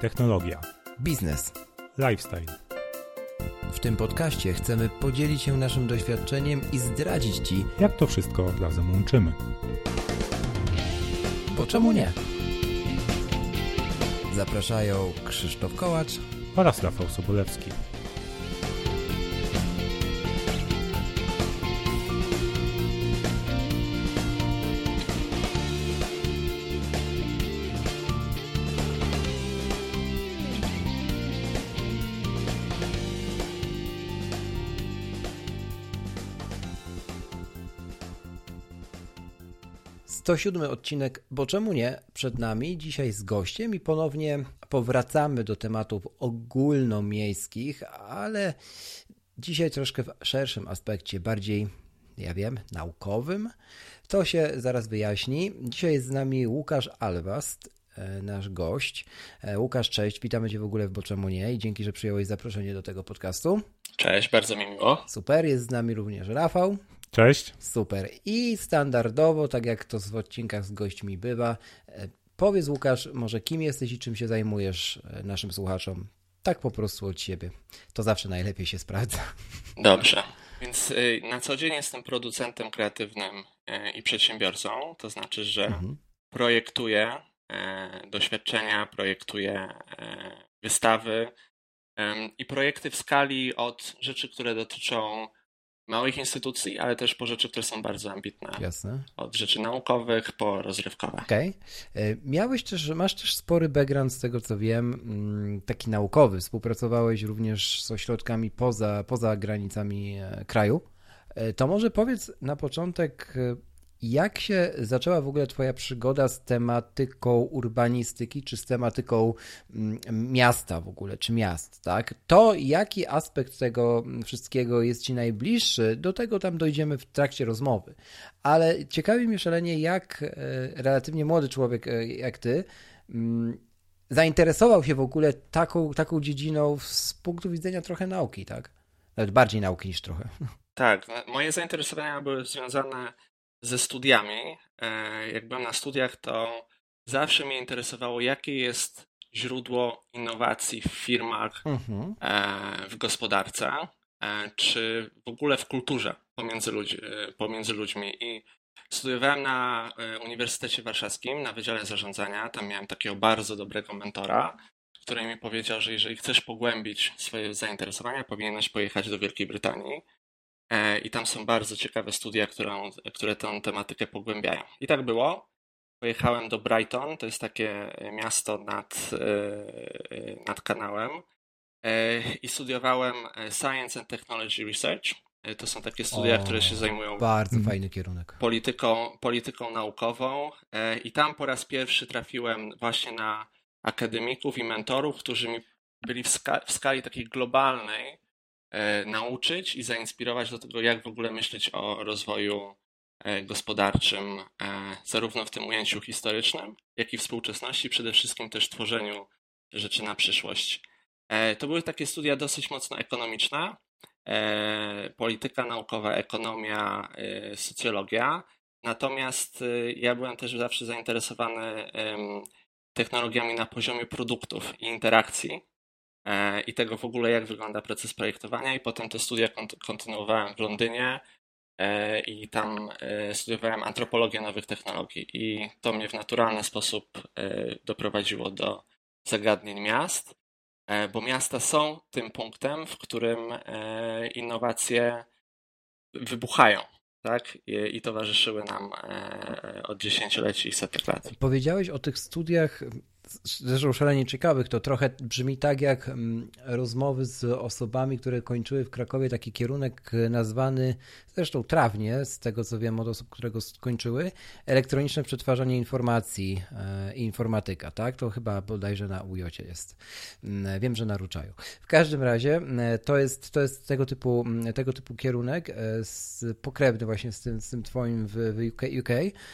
technologia, biznes, lifestyle. W tym podcaście chcemy podzielić się naszym doświadczeniem i zdradzić Ci, jak to wszystko razem łączymy. Bo czemu nie? Zapraszają Krzysztof Kołacz Oraz Rafał Sobolewski. To 7 odcinek, bo czemu nie, przed nami, dzisiaj z gościem i ponownie powracamy do tematów ogólnomiejskich, ale dzisiaj troszkę w szerszym aspekcie, bardziej, naukowym. To się zaraz wyjaśni. Dzisiaj jest z nami Łukasz Alwast, nasz gość. Łukasz, cześć, witamy Cię w ogóle w Bo czemu nie i dzięki, że przyjąłeś zaproszenie do tego podcastu. Cześć, bardzo mi miło. Super, jest z nami również Rafał. Cześć. Super. I standardowo, tak jak to w odcinkach z gośćmi bywa, powiedz Łukasz, może kim jesteś i czym się zajmujesz naszym słuchaczom? Tak po prostu od siebie. To zawsze najlepiej się sprawdza. Dobrze. Więc na co dzień jestem producentem kreatywnym i przedsiębiorcą. To znaczy, że projektuję doświadczenia, projektuję wystawy i projekty w skali od rzeczy, które dotyczą małych instytucji, ale też po rzeczy, które są bardzo ambitne. Jasne. Od rzeczy naukowych po rozrywkowe. Okej. Masz też spory background z tego, co wiem, taki naukowy. Współpracowałeś również z ośrodkami poza granicami kraju. To może powiedz na początek, jak się zaczęła w ogóle Twoja przygoda z tematyką urbanistyki, czy z tematyką miasta w ogóle, czy miast, tak? To jaki aspekt tego wszystkiego jest Ci najbliższy, do tego tam dojdziemy w trakcie rozmowy. Ale ciekawi mnie szalenie, jak relatywnie młody człowiek jak Ty zainteresował się w ogóle taką dziedziną z punktu widzenia trochę nauki, tak? Nawet bardziej nauki niż trochę. Tak, moje zainteresowania były związane ze studiami. Jak byłem na studiach, to zawsze mnie interesowało, jakie jest źródło innowacji w firmach, w gospodarce, czy w ogóle w kulturze pomiędzy ludźmi. I studiowałem na Uniwersytecie Warszawskim, na Wydziale Zarządzania. Tam miałem takiego bardzo dobrego mentora, który mi powiedział, że jeżeli chcesz pogłębić swoje zainteresowania, powinieneś pojechać do Wielkiej Brytanii. I tam są bardzo ciekawe studia, które tę tematykę pogłębiają. I tak było. Pojechałem do Brighton, to jest takie miasto nad kanałem i studiowałem Science and Technology Research. To są takie studia, które się zajmują bardzo fajny kierunek. Polityką naukową i tam po raz pierwszy trafiłem właśnie na akademików i mentorów, którzy mi byli w skali takiej globalnej nauczyć i zainspirować do tego, jak w ogóle myśleć o rozwoju gospodarczym, zarówno w tym ujęciu historycznym, jak i współczesności, przede wszystkim też tworzeniu rzeczy na przyszłość. To były takie studia dosyć mocno ekonomiczne, polityka naukowa, ekonomia, socjologia, natomiast ja byłem też zawsze zainteresowany technologiami na poziomie produktów i interakcji, i tego w ogóle, jak wygląda proces projektowania, i potem te studia kontynuowałem w Londynie i tam studiowałem antropologię nowych technologii i to mnie w naturalny sposób doprowadziło do zagadnień miast, bo miasta są tym punktem, w którym innowacje wybuchają, tak? I towarzyszyły nam od dziesięcioleci i setek lat. Powiedziałeś o tych studiach, zresztą szalenie ciekawych, to trochę brzmi tak jak rozmowy z osobami, które kończyły w Krakowie taki kierunek nazwany, zresztą trawnie, z tego co wiem od osób, które go skończyły, elektroniczne przetwarzanie informacji i informatyka, tak? To chyba bodajże na UJ-cie jest. Wiem, że na Ruczaju. W każdym razie to jest tego typu kierunek, pokrewny właśnie z tym twoim w UK.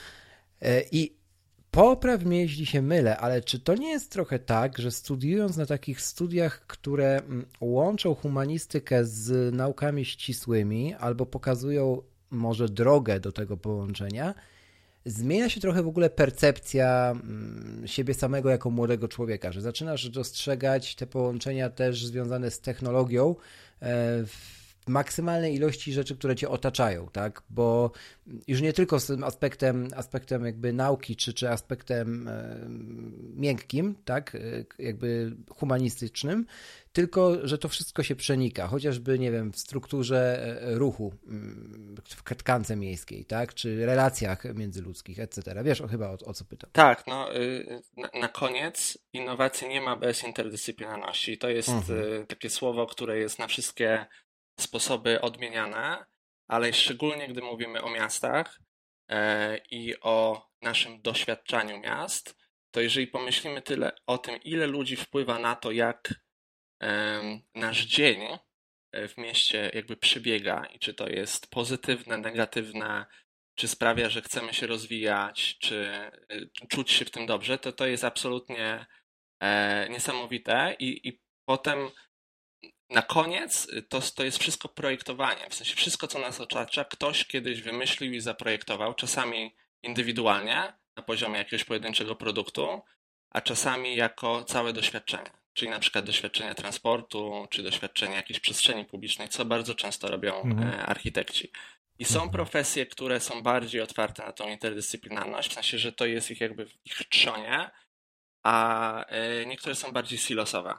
I popraw mnie, jeśli się mylę, ale czy to nie jest trochę tak, że studiując na takich studiach, które łączą humanistykę z naukami ścisłymi albo pokazują może drogę do tego połączenia, zmienia się trochę w ogóle percepcja siebie samego jako młodego człowieka, że zaczynasz dostrzegać te połączenia też związane z technologią w maksymalnej ilości rzeczy, które cię otaczają, tak? Bo już nie tylko z tym aspektem jakby nauki, czy aspektem miękkim, tak? Jakby humanistycznym, tylko, że to wszystko się przenika, chociażby, nie wiem, w strukturze ruchu, w tkance miejskiej, tak? Czy relacjach międzyludzkich, etc. Wiesz chyba o co pytam. Tak, no na koniec innowacji nie ma bez interdyscyplinarności. To jest takie słowo, które jest na wszystkie sposoby odmieniane, ale szczególnie gdy mówimy o miastach i o naszym doświadczaniu miast, to jeżeli pomyślimy tyle o tym, ile ludzi wpływa na to, jak nasz dzień w mieście jakby przebiega i czy to jest pozytywne, negatywne, czy sprawia, że chcemy się rozwijać, czy czuć się w tym dobrze, to jest absolutnie niesamowite i potem na koniec to jest wszystko projektowanie, w sensie wszystko, co nas otacza, ktoś kiedyś wymyślił i zaprojektował, czasami indywidualnie, na poziomie jakiegoś pojedynczego produktu, a czasami jako całe doświadczenie, czyli na przykład doświadczenie transportu, czy doświadczenie jakiejś przestrzeni publicznej, co bardzo często robią architekci. I są profesje, które są bardziej otwarte na tą interdyscyplinarność, w sensie, że to jest ich jakby w ich trzonie, a niektóre są bardziej silosowe.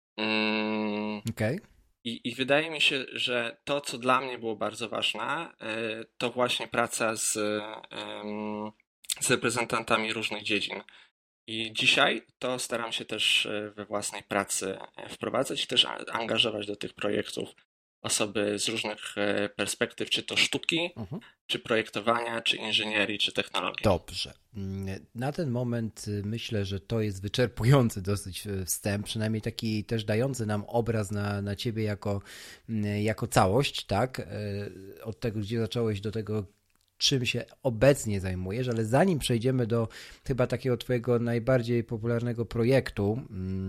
Okay. I wydaje mi się, że to, co dla mnie było bardzo ważne, to właśnie praca z reprezentantami różnych dziedzin. I dzisiaj to staram się też we własnej pracy wprowadzać i też angażować do tych projektów osoby z różnych perspektyw, czy to sztuki, czy projektowania, czy inżynierii, czy technologii. Dobrze. Na ten moment myślę, że to jest wyczerpujący dosyć wstęp, przynajmniej taki też dający nam obraz na ciebie jako całość, tak? Od tego, gdzie zacząłeś, do tego, czym się obecnie zajmujesz, ale zanim przejdziemy do chyba takiego twojego najbardziej popularnego projektu,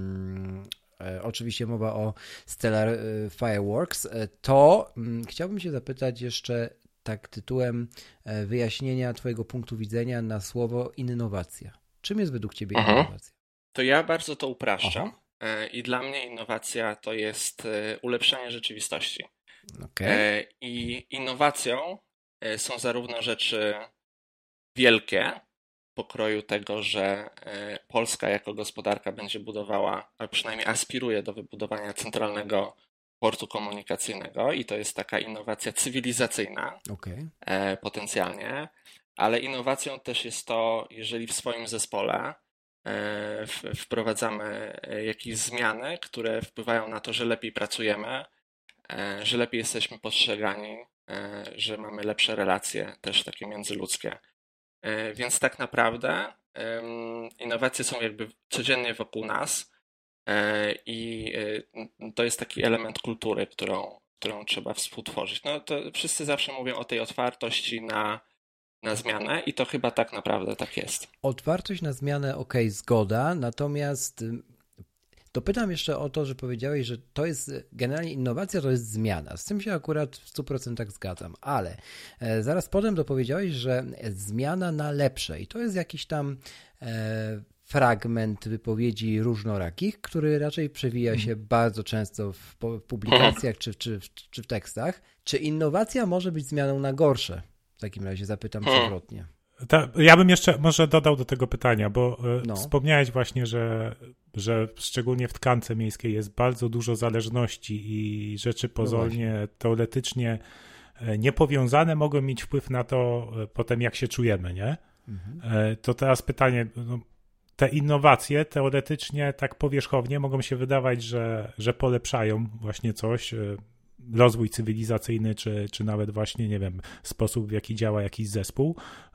oczywiście mowa o Stellar Fireworks, to chciałbym się zapytać jeszcze tak tytułem wyjaśnienia twojego punktu widzenia na słowo innowacja. Czym jest według ciebie innowacja? To ja bardzo to upraszczam. I dla mnie innowacja to jest ulepszanie rzeczywistości. Okay. I innowacją są zarówno rzeczy wielkie, pokroju tego, że Polska jako gospodarka będzie budowała, albo przynajmniej aspiruje do wybudowania centralnego portu komunikacyjnego i to jest taka innowacja cywilizacyjna potencjalnie, ale innowacją też jest to, jeżeli w swoim zespole wprowadzamy jakieś zmiany, które wpływają na to, że lepiej pracujemy, że lepiej jesteśmy postrzegani, że mamy lepsze relacje też takie międzyludzkie. Więc tak naprawdę innowacje są jakby codziennie wokół nas i to jest taki element kultury, którą trzeba współtworzyć. No to wszyscy zawsze mówią o tej otwartości na zmianę i to chyba tak naprawdę tak jest. Otwartość na zmianę, zgoda, natomiast dopytam jeszcze o to, że powiedziałeś, że to jest generalnie innowacja, to jest zmiana. Z tym się akurat w 100% zgadzam, ale zaraz potem dopowiedziałeś, że zmiana na lepsze i to jest jakiś tam fragment wypowiedzi różnorakich, który raczej przewija się bardzo często w publikacjach czy w tekstach. Czy innowacja może być zmianą na gorsze? W takim razie zapytam przewrotnie. Ja bym jeszcze może dodał do tego pytania, bo wspomniałeś właśnie, że szczególnie w tkance miejskiej jest bardzo dużo zależności i rzeczy pozornie, teoretycznie niepowiązane mogą mieć wpływ na to potem, jak się czujemy, nie? To teraz pytanie, te innowacje teoretycznie tak powierzchownie mogą się wydawać, że polepszają właśnie coś, rozwój cywilizacyjny, czy nawet właśnie, nie wiem, sposób, w jaki działa jakiś zespół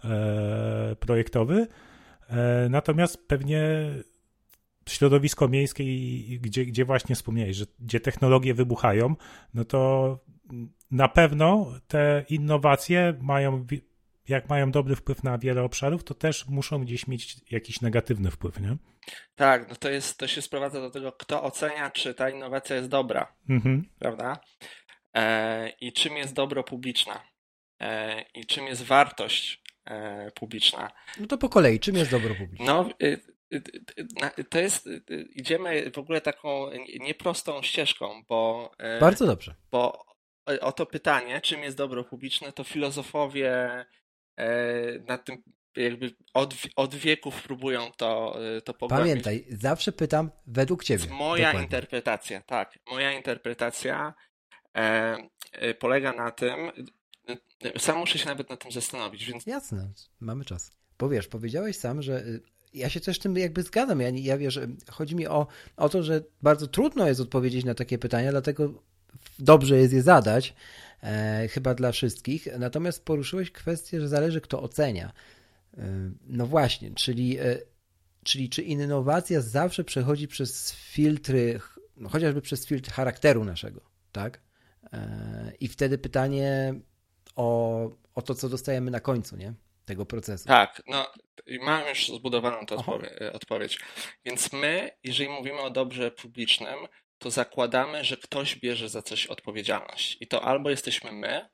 projektowy. Natomiast pewnie środowisko miejskie, gdzie właśnie wspomniałeś, że gdzie technologie wybuchają, no to na pewno te innowacje jak mają dobry wpływ na wiele obszarów, to też muszą gdzieś mieć jakiś negatywny wpływ, nie? Tak, no to się sprowadza do tego, kto ocenia, czy ta innowacja jest dobra, prawda? I czym jest dobro publiczne, i czym jest wartość publiczna. No to po kolei, czym jest dobro publiczne? No, to jest, idziemy w ogóle taką nieprostą ścieżką, bo... Bardzo dobrze. Bo o to pytanie, czym jest dobro publiczne, to filozofowie nad tym jakby od wieków próbują to pogłębić. Pamiętaj, zawsze pytam według ciebie. Moja interpretacja, tak. Moja interpretacja polega na tym, sam muszę się nawet nad tym zastanowić, więc... Jasne, mamy czas. Bo wiesz, powiedziałeś sam, że ja się też tym jakby zgadzam. Ja wiesz, chodzi mi o to, że bardzo trudno jest odpowiedzieć na takie pytania, dlatego dobrze jest je zadać, chyba dla wszystkich. Natomiast poruszyłeś kwestię, że zależy, kto ocenia. No właśnie, czyli czy innowacja zawsze przechodzi przez filtry, no chociażby przez filtr charakteru naszego, tak? I wtedy pytanie o to, co dostajemy na końcu, nie? Tego procesu. Tak, no mam już zbudowaną tę odpowiedź. Więc my, jeżeli mówimy o dobrze publicznym, to zakładamy, że ktoś bierze za coś odpowiedzialność. I to albo jesteśmy my,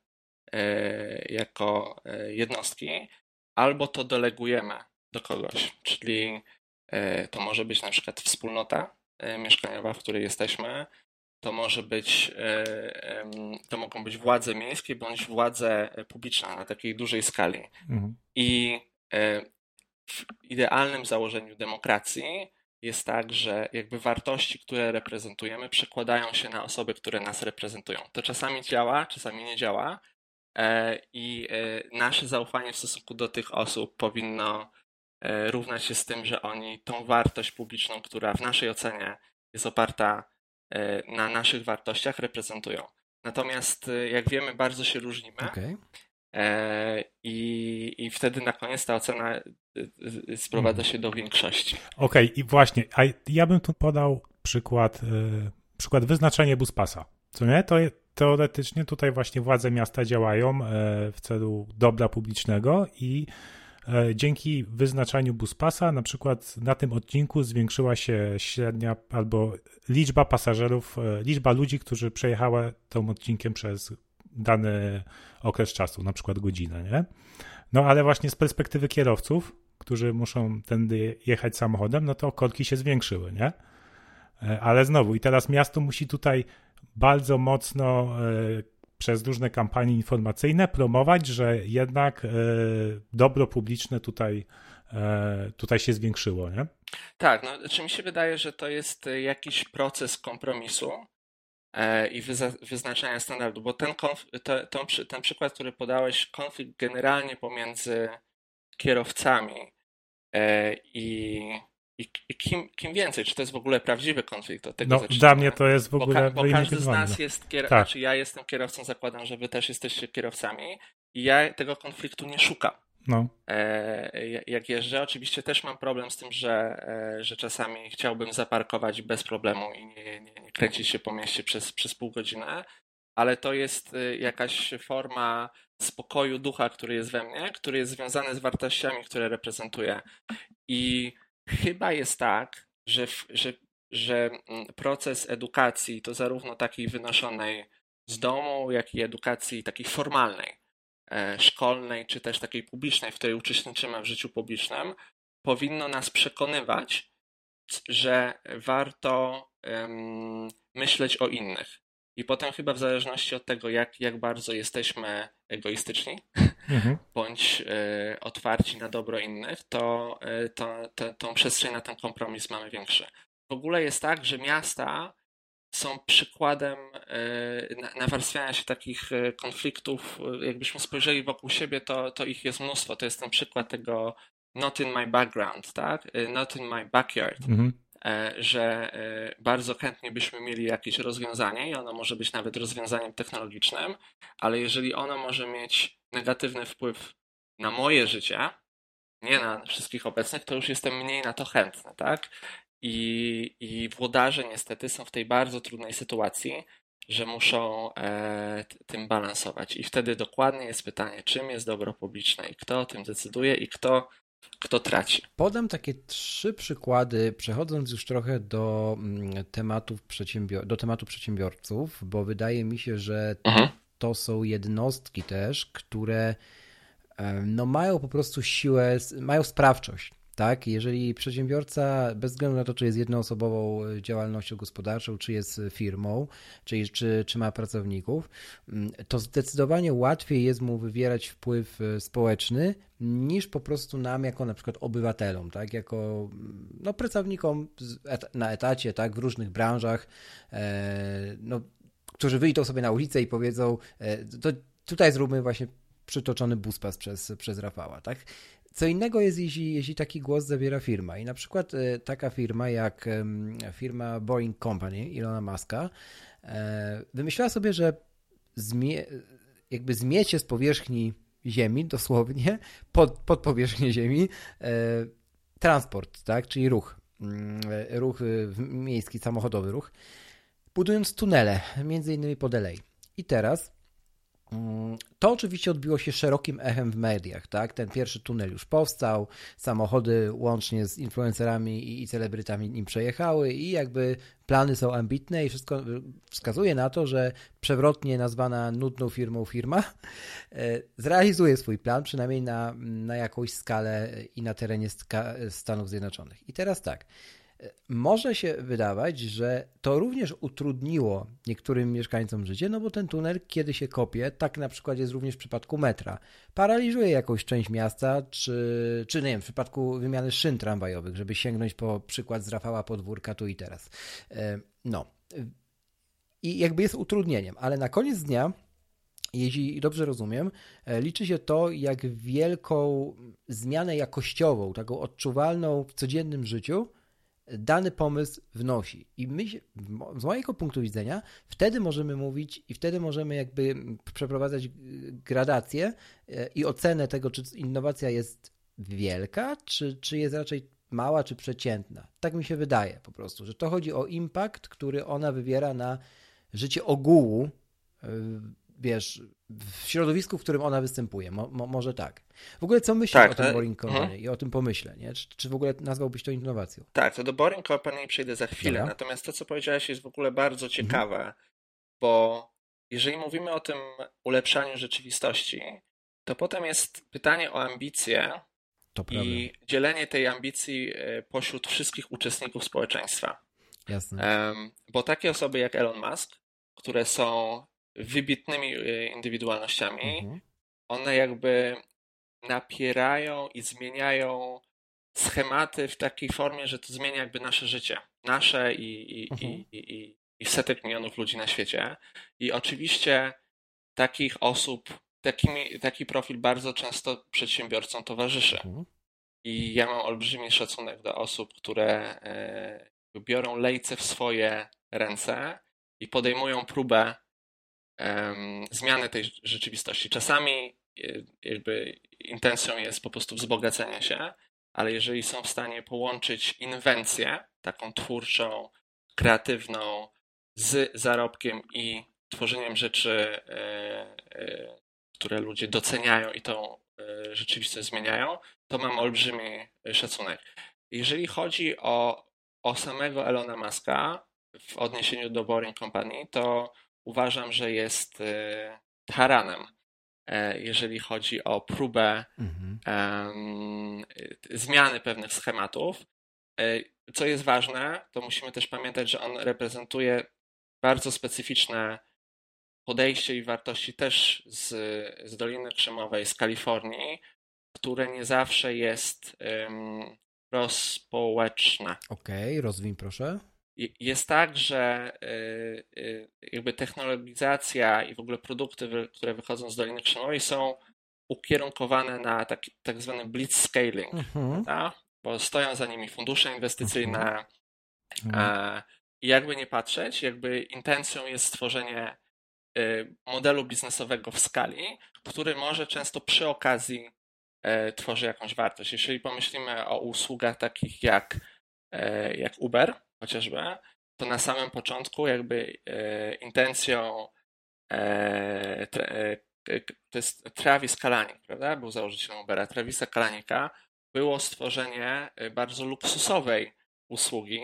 jako jednostki, albo to delegujemy do kogoś. Czyli to może być na przykład wspólnota mieszkaniowa, w której jesteśmy, to może być, to mogą być władze miejskie bądź władze publiczne na takiej dużej skali. Mhm. I w idealnym założeniu demokracji jest tak, że jakby wartości, które reprezentujemy, przekładają się na osoby, które nas reprezentują. To czasami działa, czasami nie działa i nasze zaufanie w stosunku do tych osób powinno równać się z tym, że oni tą wartość publiczną, która w naszej ocenie jest oparta na naszych wartościach, reprezentują. Natomiast jak wiemy, bardzo się różnimy. Okay. I wtedy na koniec ta ocena sprowadza się do większości. Okej, i właśnie, a ja bym tu podał przykład wyznaczenia buspasa. Co nie? To teoretycznie tutaj właśnie władze miasta działają w celu dobra publicznego i dzięki wyznaczaniu buspasa na przykład na tym odcinku zwiększyła się średnia albo liczba pasażerów, liczba ludzi, którzy przejechały tym odcinkiem przez dany okres czasu, na przykład godzinę, nie? No ale właśnie z perspektywy kierowców, którzy muszą tędy jechać samochodem, no to korki się zwiększyły, nie? Ale znowu i teraz miasto musi tutaj bardzo mocno przez różne kampanie informacyjne promować, że jednak dobro publiczne tutaj się zwiększyło, nie? Tak, no czy mi się wydaje, że to jest jakiś proces kompromisu i wyznaczania standardu, bo ten przykład, który podałeś, konflikt generalnie pomiędzy kierowcami i kim więcej, czy to jest w ogóle prawdziwy konflikt od tego zaczynamy. Dla mnie to jest w ogóle... Bo każdy z nas jest kierowcą, tak. Znaczy ja jestem kierowcą, zakładam, że wy też jesteście kierowcami i ja tego konfliktu nie szukam. No. Jak jeżdżę, oczywiście też mam problem z tym, że czasami chciałbym zaparkować bez problemu i nie kręcić się po mieście przez pół godziny, ale to jest jakaś forma spokoju ducha, który jest we mnie, który jest związany z wartościami, które reprezentuję. I chyba jest tak, że proces edukacji, to zarówno takiej wynoszonej z domu, jak i edukacji takiej formalnej, szkolnej, czy też takiej publicznej, w której uczestniczymy w życiu publicznym, powinno nas przekonywać, że warto myśleć o innych. I potem chyba w zależności od tego, jak bardzo jesteśmy egoistyczni, bądź otwarci na dobro innych, to tą przestrzeń na ten kompromis mamy większy. W ogóle jest tak, że miasta są przykładem nawarstwiania się takich konfliktów. Jakbyśmy spojrzeli wokół siebie, to ich jest mnóstwo. To jest ten przykład tego not in my background, tak? Not in my backyard. Że bardzo chętnie byśmy mieli jakieś rozwiązanie i ono może być nawet rozwiązaniem technologicznym, ale jeżeli ono może mieć negatywny wpływ na moje życie, nie na wszystkich obecnych, to już jestem mniej na to chętny, tak? I włodarze niestety są w tej bardzo trudnej sytuacji, że muszą tym balansować. I wtedy dokładnie jest pytanie, czym jest dobro publiczne i kto o tym decyduje i kto traci. Podam takie 3 przykłady, przechodząc już trochę do tematu przedsiębiorców, bo wydaje mi się, że to są jednostki też, które no mają po prostu siłę, mają sprawczość. Tak, jeżeli przedsiębiorca, bez względu na to, czy jest jednoosobową działalnością gospodarczą, czy jest firmą, czy ma pracowników, to zdecydowanie łatwiej jest mu wywierać wpływ społeczny niż po prostu nam, jako na przykład obywatelom, tak, jako no, pracownikom na etacie, tak, w różnych branżach, no, którzy wyjdą sobie na ulicę i powiedzą, to tutaj zróbmy właśnie przytoczony buspas przez Rafała, tak? Co innego jest, jeśli taki głos zabiera firma i na przykład taka firma jak firma Boring Company Elona Muska wymyśliła sobie, że jakby zmiecie z powierzchni Ziemi, dosłownie, pod powierzchnię Ziemi transport, tak, czyli ruch miejski, samochodowy ruch, budując tunele, między innymi pod LA. I teraz to oczywiście odbiło się szerokim echem w mediach, tak? Ten pierwszy tunel już powstał, samochody łącznie z influencerami i celebrytami nim przejechały i jakby plany są ambitne i wszystko wskazuje na to, że przewrotnie nazwana nudną firmą firma zrealizuje swój plan, przynajmniej na jakąś skalę i na terenie Stanów Zjednoczonych. I teraz tak, może się wydawać, że to również utrudniło niektórym mieszkańcom życie, no bo ten tunel, kiedy się kopie, tak na przykład jest również w przypadku metra, paraliżuje jakąś część miasta, czy nie wiem, w przypadku wymiany szyn tramwajowych, żeby sięgnąć po przykład z Rafała Podwórka tu i teraz. No. I jakby jest utrudnieniem, ale na koniec dnia, jeśli dobrze rozumiem, liczy się to, jak wielką zmianę jakościową, taką odczuwalną w codziennym życiu, dany pomysł wnosi. I my, z mojego punktu widzenia, wtedy możemy mówić i wtedy możemy jakby przeprowadzać gradację i ocenę tego, czy innowacja jest wielka, czy jest raczej mała, czy przeciętna. Tak mi się wydaje po prostu, że to chodzi o impact, który ona wywiera na życie ogółu, wiesz, w środowisku, w którym ona występuje. Może tak. W ogóle co myślisz o tym Boring Company i o tym pomyśle, nie? Czy w ogóle nazwałbyś to innowacją? Tak, to do Boring Company przejdę za chwilę. Dobra. Natomiast to, co powiedziałeś, jest w ogóle bardzo ciekawe, bo jeżeli mówimy o tym ulepszaniu rzeczywistości, to potem jest pytanie o ambicje i dzielenie tej ambicji pośród wszystkich uczestników społeczeństwa. Jasne. Bo takie osoby jak Elon Musk, które są wybitnymi indywidualnościami, one jakby napierają i zmieniają schematy w takiej formie, że to zmienia jakby nasze życie. Nasze i setek milionów ludzi na świecie. I oczywiście takich osób, taki profil bardzo często przedsiębiorcom towarzyszy. I ja mam olbrzymi szacunek do osób, które biorą lejce w swoje ręce i podejmują próbę zmiany tej rzeczywistości. Czasami jakby intencją jest po prostu wzbogacenie się, ale jeżeli są w stanie połączyć inwencję, taką twórczą, kreatywną, z zarobkiem i tworzeniem rzeczy, które ludzie doceniają i tą rzeczywistość zmieniają, to mam olbrzymi szacunek. Jeżeli chodzi o samego Elona Muska w odniesieniu do Boring Company, to uważam, że jest taranem, jeżeli chodzi o próbę zmiany pewnych schematów. Co jest ważne, to musimy też pamiętać, że on reprezentuje bardzo specyficzne podejście i wartości też z Doliny Krzemowej, z Kalifornii, które nie zawsze jest prospołeczne. Okej, rozwiń proszę. Jest tak, że jakby technologizacja i w ogóle produkty, które wychodzą z Doliny Krzemowej, są ukierunkowane na tak zwany blitzscaling, bo stoją za nimi fundusze inwestycyjne i jakby nie patrzeć, jakby intencją jest stworzenie modelu biznesowego w skali, który może często przy okazji tworzy jakąś wartość. Jeżeli pomyślimy o usługach takich jak Uber chociażby, to na samym początku jakby intencją to jest Travis Kalanick, prawda? Był założycielem Ubera. Travisa Kalanicka było stworzenie bardzo luksusowej usługi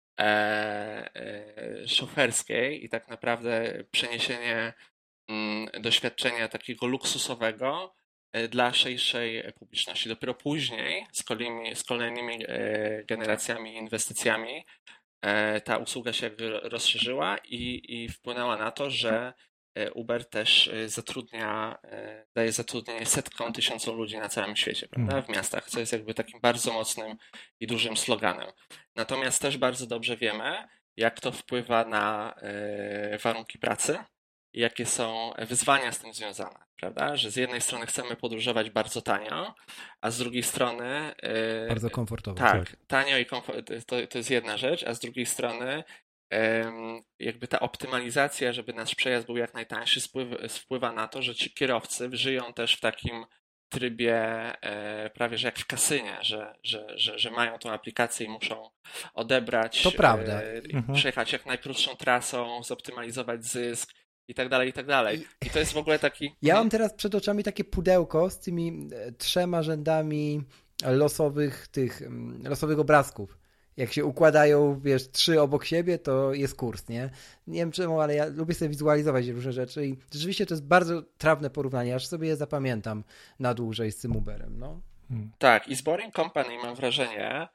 szoferskiej i tak naprawdę przeniesienie doświadczenia takiego luksusowego dla szerszej publiczności. Dopiero później z kolejnymi generacjami, inwestycjami ta usługa się rozszerzyła i wpłynęła na to, że Uber też daje zatrudnienie setkom tysiącom ludzi na całym świecie, prawda? W miastach, co jest jakby takim bardzo mocnym i dużym sloganem. Natomiast też bardzo dobrze wiemy, jak to wpływa na warunki pracy i jakie są wyzwania z tym związane, prawda? Że z jednej strony chcemy podróżować bardzo tanio, a z drugiej strony... Bardzo komfortowo. Tak, tanio i to jest jedna rzecz, a z drugiej strony jakby ta optymalizacja, żeby nasz przejazd był jak najtańszy, wpływa na to, że ci kierowcy żyją też w takim trybie prawie że jak w kasynie, że mają tą aplikację i muszą odebrać, to prawda. Przejechać jak najkrótszą trasą, zoptymalizować zysk i tak dalej, i tak dalej. I to jest w ogóle taki... Ja mam teraz przed oczami takie pudełko z tymi 3 rzędami losowych obrazków. Jak się układają, 3 obok siebie, to jest kurs, nie? Nie wiem czemu, ale ja lubię sobie wizualizować różne rzeczy i rzeczywiście to jest bardzo trawne porównanie, aż sobie je zapamiętam na dłużej z tym Uberem, no. Tak, i z Boring Company mam wrażenie,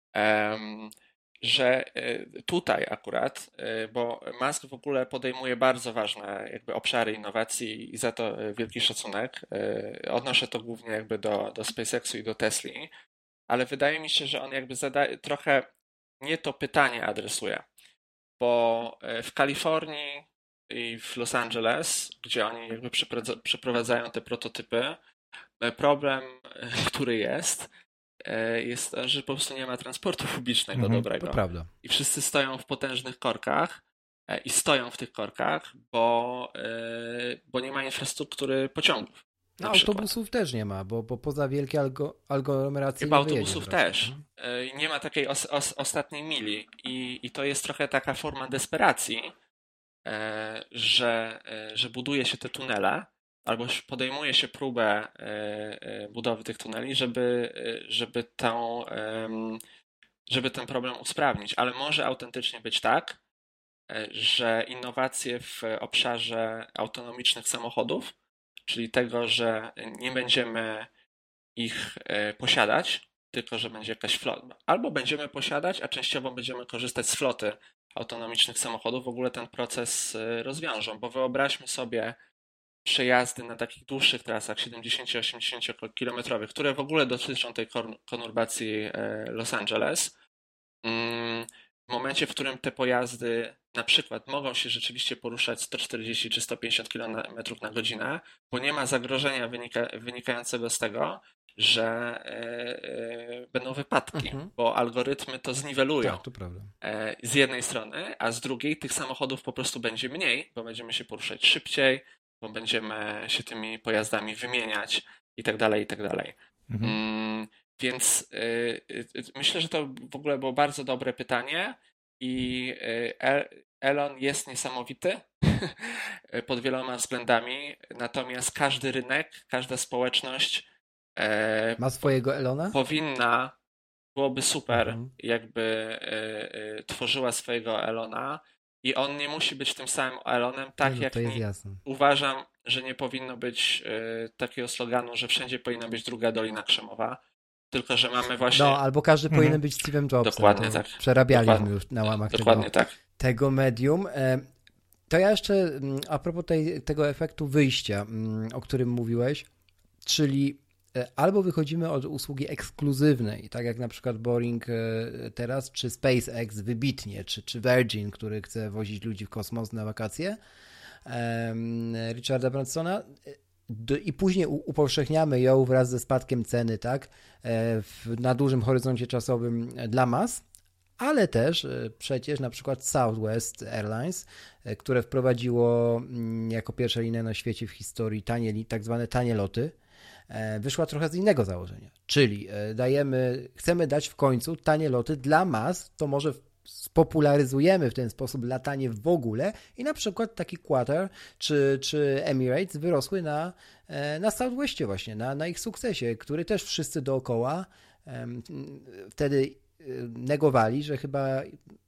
że tutaj akurat, bo Musk w ogóle podejmuje bardzo ważne jakby obszary innowacji i za to wielki szacunek. Odnoszę to głównie jakby do SpaceXu i do Tesli, ale wydaje mi się, że on jakby trochę nie to pytanie adresuje, bo w Kalifornii i w Los Angeles, gdzie oni jakby przeprowadzają te prototypy, problem, który jest to, że po prostu nie ma transportu publicznego dobrego. To prawda. I wszyscy stoją w potężnych korkach i stoją w tych korkach, bo nie ma infrastruktury pociągów. No, autobusów też nie ma, bo poza wielkie aglomeracje chyba autobusów też. Nie ma takiej ostatniej mili i to jest trochę taka forma desperacji, że buduje się te tunele, albo podejmuje się próbę budowy tych tuneli, żeby ten problem usprawnić. Ale może autentycznie być tak, że innowacje w obszarze autonomicznych samochodów, czyli tego, że nie będziemy ich posiadać, tylko że będzie jakaś flota. Albo będziemy posiadać, a częściowo będziemy korzystać z floty autonomicznych samochodów. W ogóle ten proces rozwiążą, bo wyobraźmy sobie przejazdy na takich dłuższych trasach 70-80 kilometrowych, które w ogóle dotyczą tej konurbacji Los Angeles. W momencie, w którym te pojazdy na przykład mogą się rzeczywiście poruszać 140 czy 150 km na godzinę, bo nie ma zagrożenia wynikającego z tego, że będą wypadki, bo algorytmy to zniwelują. Tak, to prawda. Z jednej strony, a z drugiej tych samochodów po prostu będzie mniej, bo będziemy się poruszać szybciej, bo będziemy się tymi pojazdami wymieniać i tak dalej, i tak dalej. Więc myślę, że to w ogóle było bardzo dobre pytanie i Elon jest niesamowity pod wieloma względami, natomiast każdy rynek, każda społeczność ma swojego Elona? Byłoby super, jakby tworzyła swojego Elona i on nie musi być tym samym Elonem, tak jak uważam, że nie powinno być takiego sloganu, że wszędzie powinna być druga Dolina Krzemowa, tylko że mamy właśnie... No, albo każdy powinien być Steve'em Jobsem. Dokładnie tak. Przerabialiśmy już na łamach tego medium. To ja jeszcze a propos tego efektu wyjścia, o którym mówiłeś, czyli albo wychodzimy od usługi ekskluzywnej, tak jak na przykład Boring teraz, czy SpaceX wybitnie, czy Virgin, który chce wozić ludzi w kosmos na wakacje, Richarda Bransona, i później upowszechniamy ją wraz ze spadkiem ceny, tak, na dużym horyzoncie czasowym dla mas, ale też przecież na przykład Southwest Airlines, które wprowadziło jako pierwsza linia na świecie w historii tak zwane tanie loty, wyszła trochę z innego założenia, czyli chcemy dać w końcu tanie loty dla mas, to może spopularyzujemy w ten sposób latanie w ogóle i na przykład taki Qatar czy Emirates wyrosły na Southwestie właśnie, na ich sukcesie, który też wszyscy dookoła wtedy negowali, że chyba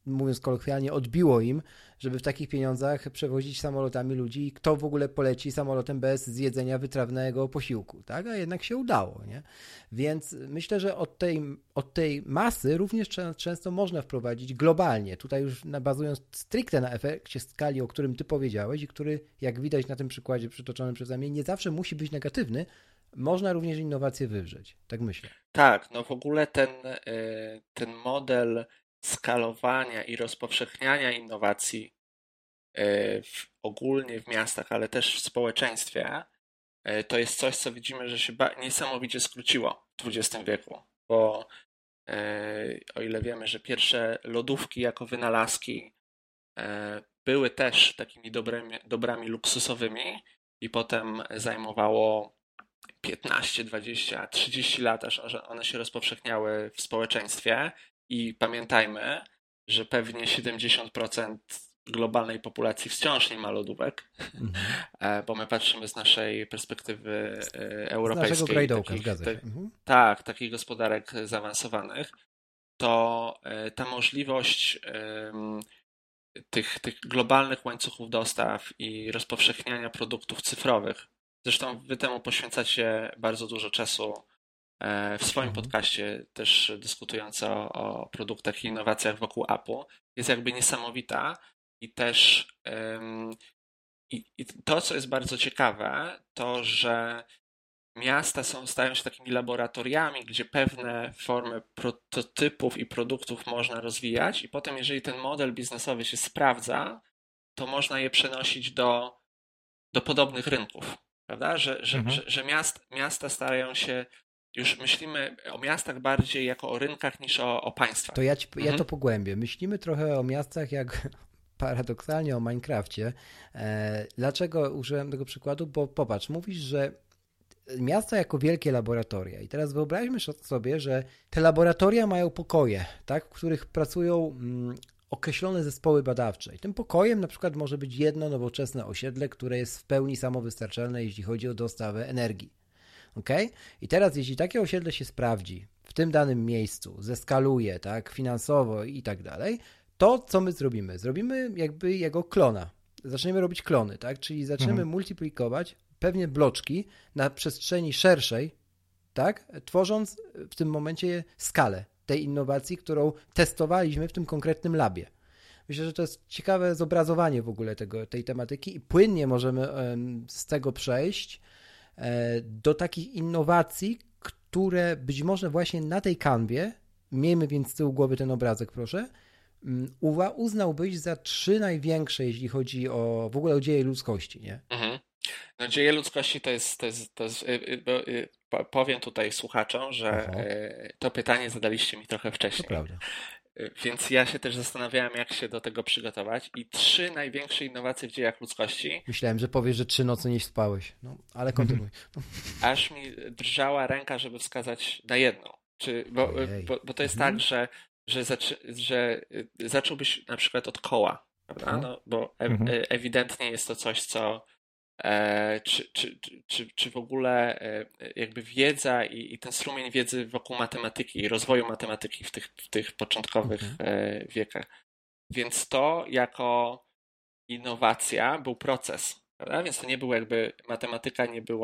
mówiąc kolokwialnie, odbiło im, żeby w takich pieniądzach przewozić samolotami ludzi i kto w ogóle poleci samolotem bez zjedzenia wytrawnego posiłku, tak? A jednak się udało, nie? Więc myślę, że od tej masy również często można wprowadzić globalnie, tutaj już bazując stricte na efekcie skali, o którym ty powiedziałeś i który, jak widać na tym przykładzie przytoczonym przeze mnie, nie zawsze musi być negatywny, można również innowacje wywrzeć, tak myślę. Tak, no w ogóle ten model skalowania i rozpowszechniania innowacji ogólnie w miastach, ale też w społeczeństwie, to jest coś, co widzimy, że się niesamowicie skróciło w XX wieku, bo o ile wiemy, że pierwsze lodówki jako wynalazki były też takimi dobrami luksusowymi i potem zajmowało 15, 20, 30 lat, aż one się rozpowszechniały w społeczeństwie i pamiętajmy, że pewnie 70% globalnej populacji wciąż nie ma lodówek, bo my patrzymy z naszej perspektywy europejskiej. Z naszego grajdołka, zgadza się. Tak, takich gospodarek zaawansowanych, to ta możliwość tych globalnych łańcuchów dostaw i rozpowszechniania produktów cyfrowych. Zresztą wy temu poświęcacie bardzo dużo czasu w swoim podcaście, też dyskutując o produktach i innowacjach wokół Apple. Jest jakby niesamowita i też i to, co jest bardzo ciekawe, to, że miasta stają się takimi laboratoriami, gdzie pewne formy prototypów i produktów można rozwijać i potem, jeżeli ten model biznesowy się sprawdza, to można je przenosić do podobnych rynków, prawda? Że miasta starają się, już myślimy o miastach bardziej jako o rynkach niż o państwach. To ja to pogłębię. Myślimy trochę o miastach jak paradoksalnie o Minecrafcie. Dlaczego użyłem tego przykładu? Bo popatrz, mówisz, że miasta jako wielkie laboratoria. I teraz wyobraźmy sobie, że te laboratoria mają pokoje, tak, w których pracują określone zespoły badawcze. I tym pokojem na przykład może być jedno nowoczesne osiedle, które jest w pełni samowystarczalne, jeśli chodzi o dostawę energii. Okay? I teraz, jeśli takie osiedle się sprawdzi w tym danym miejscu, zeskaluje, tak, finansowo i tak dalej, to co my zrobimy? Zrobimy jakby jego klona. Zaczniemy robić klony, tak? Czyli zaczniemy multiplikować pewnie bloczki na przestrzeni szerszej, tak? Tworząc w tym momencie skalę tej innowacji, którą testowaliśmy w tym konkretnym labie. Myślę, że to jest ciekawe zobrazowanie w ogóle tej tematyki i płynnie możemy z tego przejść do takich innowacji, które być może właśnie na tej kanwie, miejmy więc z tyłu głowy ten obrazek, proszę, uznałbyś za 3 największe, jeśli chodzi w ogóle o dzieje ludzkości, nie? No, dzieje ludzkości to jest powiem tutaj słuchaczom, że to pytanie zadaliście mi trochę wcześniej. To prawda. Więc ja się też zastanawiałem, jak się do tego przygotować i 3 największe innowacje w dziejach ludzkości. Myślałem, że powiesz, że 3 noce nie spałeś, no, ale kontynuuj. Aż mi drżała ręka, żeby wskazać na jedną. Bo to jest tak, że zacząłbyś na przykład od koła, prawda? No, bo ewidentnie jest to coś, co czy w ogóle jakby wiedza i ten strumień wiedzy wokół matematyki i rozwoju matematyki w tych początkowych wiekach. Więc to jako innowacja był proces, prawda? Więc to nie był jakby, matematyka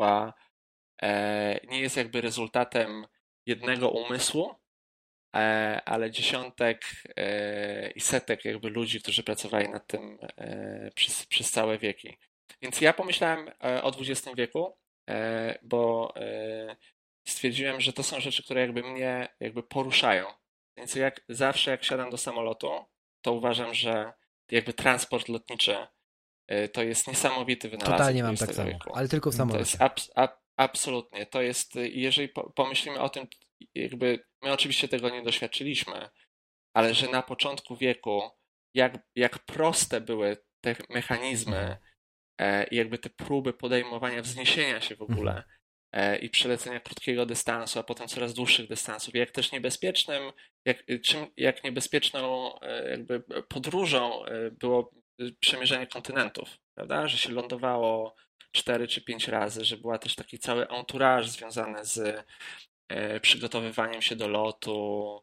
nie jest jakby rezultatem jednego umysłu, ale dziesiątek i setek jakby ludzi, którzy pracowali nad tym przez całe wieki. Więc ja pomyślałem o XX wieku, bo stwierdziłem, że to są rzeczy, które jakby mnie jakby poruszają. Więc jak siadam do samolotu, to uważam, że jakby transport lotniczy to jest niesamowity wynalazek. Totalnie mam tak samo, ale tylko w samolocie. To jest absolutnie. To jest, jeżeli pomyślimy o tym, jakby my oczywiście tego nie doświadczyliśmy, ale że na początku wieku jak proste były te mechanizmy i jakby te próby podejmowania wzniesienia się w ogóle i przelecenia krótkiego dystansu, a potem coraz dłuższych dystansów, jak też niebezpiecznym, jak niebezpieczną jakby podróżą było przemierzenie kontynentów, prawda? Że się lądowało 4 czy 5 razy, że była też taki cały entourage związany z przygotowywaniem się do lotu,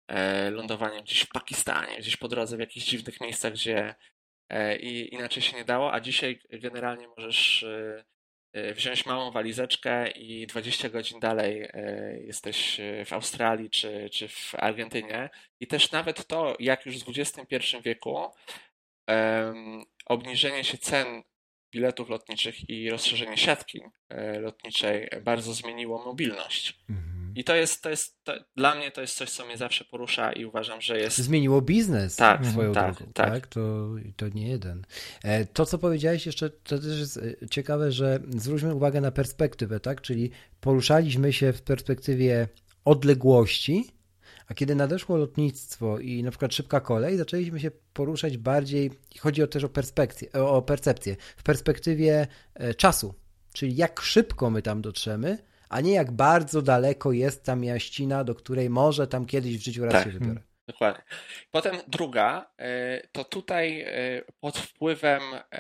lądowaniem gdzieś w Pakistanie, gdzieś po drodze w jakichś dziwnych miejscach, gdzie inaczej się nie dało, a dzisiaj generalnie możesz wziąć małą walizeczkę i 20 godzin dalej jesteś w Australii czy w Argentynie. I też nawet to, jak już w XXI wieku obniżenie się cen biletów lotniczych i rozszerzenie siatki lotniczej bardzo zmieniło mobilność. I dla mnie to jest coś, co mnie zawsze porusza i uważam, że jest... Zmieniło biznes swoją drogą. Tak. To nie jeden. To, co powiedziałeś jeszcze, to też jest ciekawe, że zwróćmy uwagę na perspektywę, tak? Czyli poruszaliśmy się w perspektywie odległości, a kiedy nadeszło lotnictwo i na przykład szybka kolej, zaczęliśmy się poruszać bardziej, chodzi też o percepcję, w perspektywie czasu, czyli jak szybko my tam dotrzemy, a nie jak bardzo daleko jest ta mieścina, do której może tam kiedyś w życiu raz się wybiorę. Dokładnie. Potem druga, to tutaj pod wpływem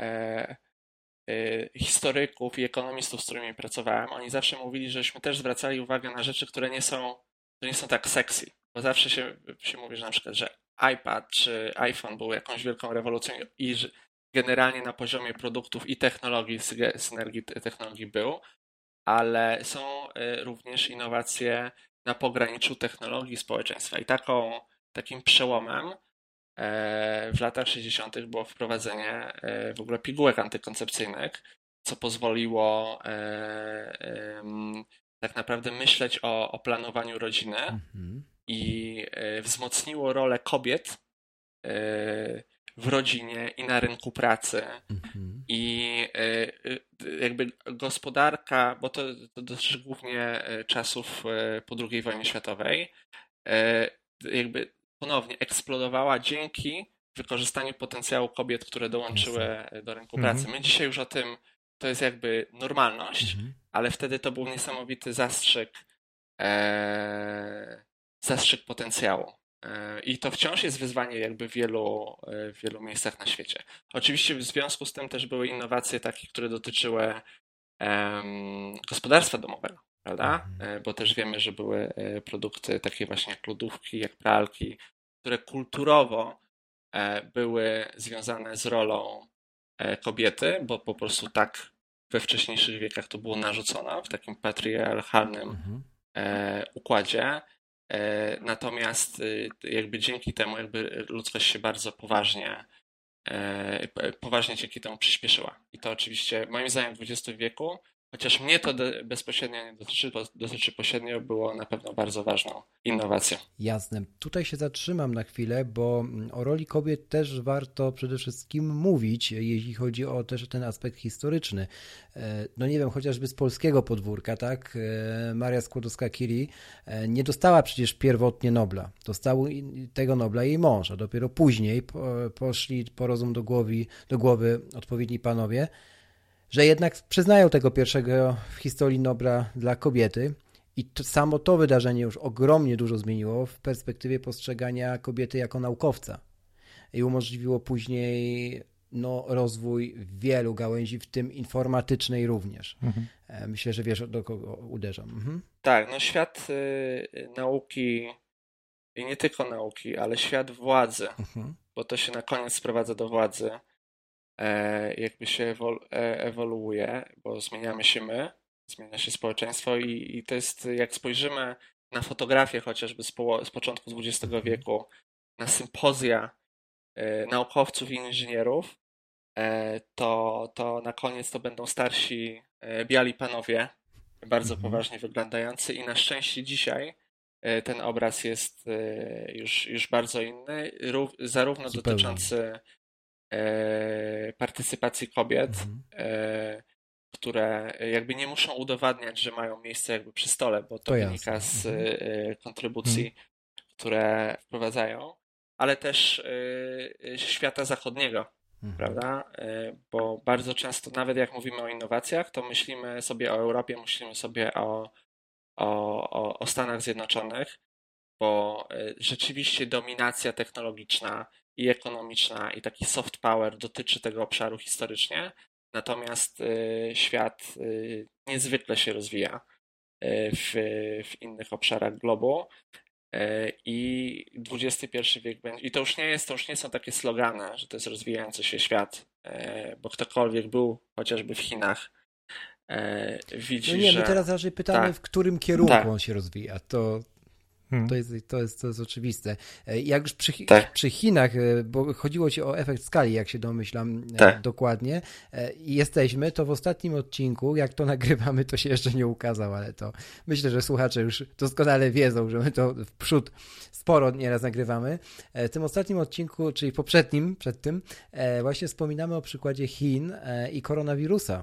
historyków i ekonomistów, z którymi pracowałem, oni zawsze mówili, żeśmy też zwracali uwagę na rzeczy, które nie są tak sexy. Bo zawsze się mówi, że na przykład, że iPad czy iPhone był jakąś wielką rewolucją i że generalnie na poziomie produktów i technologii, synergii technologii był, ale są również innowacje na pograniczu technologii i społeczeństwa. I takim przełomem w latach 60. było wprowadzenie w ogóle pigułek antykoncepcyjnych, co pozwoliło tak naprawdę myśleć o planowaniu rodziny i wzmocniło rolę kobiet w rodzinie i na rynku pracy. I jakby gospodarka, bo to dotyczy głównie czasów po II wojnie światowej, jakby ponownie eksplodowała dzięki wykorzystaniu potencjału kobiet, które dołączyły do rynku pracy. My dzisiaj już o tym, to jest jakby normalność, ale wtedy to był niesamowity zastrzyk potencjału. I to wciąż jest wyzwanie jakby w wielu miejscach na świecie. Oczywiście w związku z tym też były innowacje takie, które dotyczyły gospodarstwa domowego, prawda? Bo też wiemy, że były produkty takie właśnie jak lodówki, jak pralki, które kulturowo były związane z rolą kobiety, bo po prostu tak we wcześniejszych wiekach to było narzucone w takim patriarchalnym układzie. Natomiast jakby dzięki temu jakby ludzkość się bardzo poważnie dzięki temu przyspieszyła. I to oczywiście moim zdaniem w XX wieku, chociaż mnie to bezpośrednio nie dotyczy pośrednio, było na pewno bardzo ważną innowacją. Jasne. Tutaj się zatrzymam na chwilę, bo o roli kobiet też warto przede wszystkim mówić, jeśli chodzi o też ten aspekt historyczny. No nie wiem, chociażby z polskiego podwórka, tak? Maria Skłodowska-Curie nie dostała przecież pierwotnie Nobla. Dostał tego Nobla jej mąż, a dopiero później poszli po rozum do głowy odpowiedni panowie, że jednak przyznają tego pierwszego w historii Nobla dla kobiety i samo to wydarzenie już ogromnie dużo zmieniło w perspektywie postrzegania kobiety jako naukowca i umożliwiło później rozwój wielu gałęzi, w tym informatycznej również. Myślę, że wiesz, do kogo uderzam. Tak, świat nauki i nie tylko nauki, ale świat władzy, bo to się na koniec sprowadza do władzy, jakby się ewoluuje, bo zmieniamy się my, zmienia się społeczeństwo i to jest, jak spojrzymy na fotografię chociażby z początku XX wieku, na sympozja naukowców i inżynierów, to na koniec to będą starsi, biali panowie, bardzo poważnie wyglądający i na szczęście dzisiaj ten obraz jest już bardzo inny, zarówno dotyczący partycypacji kobiet, które jakby nie muszą udowadniać, że mają miejsce jakby przy stole, bo to wynika z kontrybucji, które wprowadzają, ale też świata zachodniego, prawda? Bo bardzo często, nawet jak mówimy o innowacjach, to myślimy sobie o Europie, myślimy sobie o Stanach Zjednoczonych, bo rzeczywiście dominacja technologiczna i ekonomiczna i taki soft power dotyczy tego obszaru historycznie, natomiast świat niezwykle się rozwija w innych obszarach globu i XXI wiek będzie. I to już nie są takie slogany, że to jest rozwijający się świat, bo ktokolwiek był chociażby w Chinach, widzi, no nie, że... my teraz raczej pytamy, tak, w którym kierunku tak. on się rozwija. To jest oczywiste. Jak już Tak. przy Chinach, bo chodziło ci o efekt skali, jak się domyślam dokładnie, jesteśmy, to w ostatnim odcinku, jak to nagrywamy, to się jeszcze nie ukazał, ale to myślę, że słuchacze już doskonale wiedzą, że my to w przód sporo nieraz nagrywamy. W tym ostatnim odcinku, czyli poprzednim, przed tym, właśnie wspominamy o przykładzie Chin i koronawirusa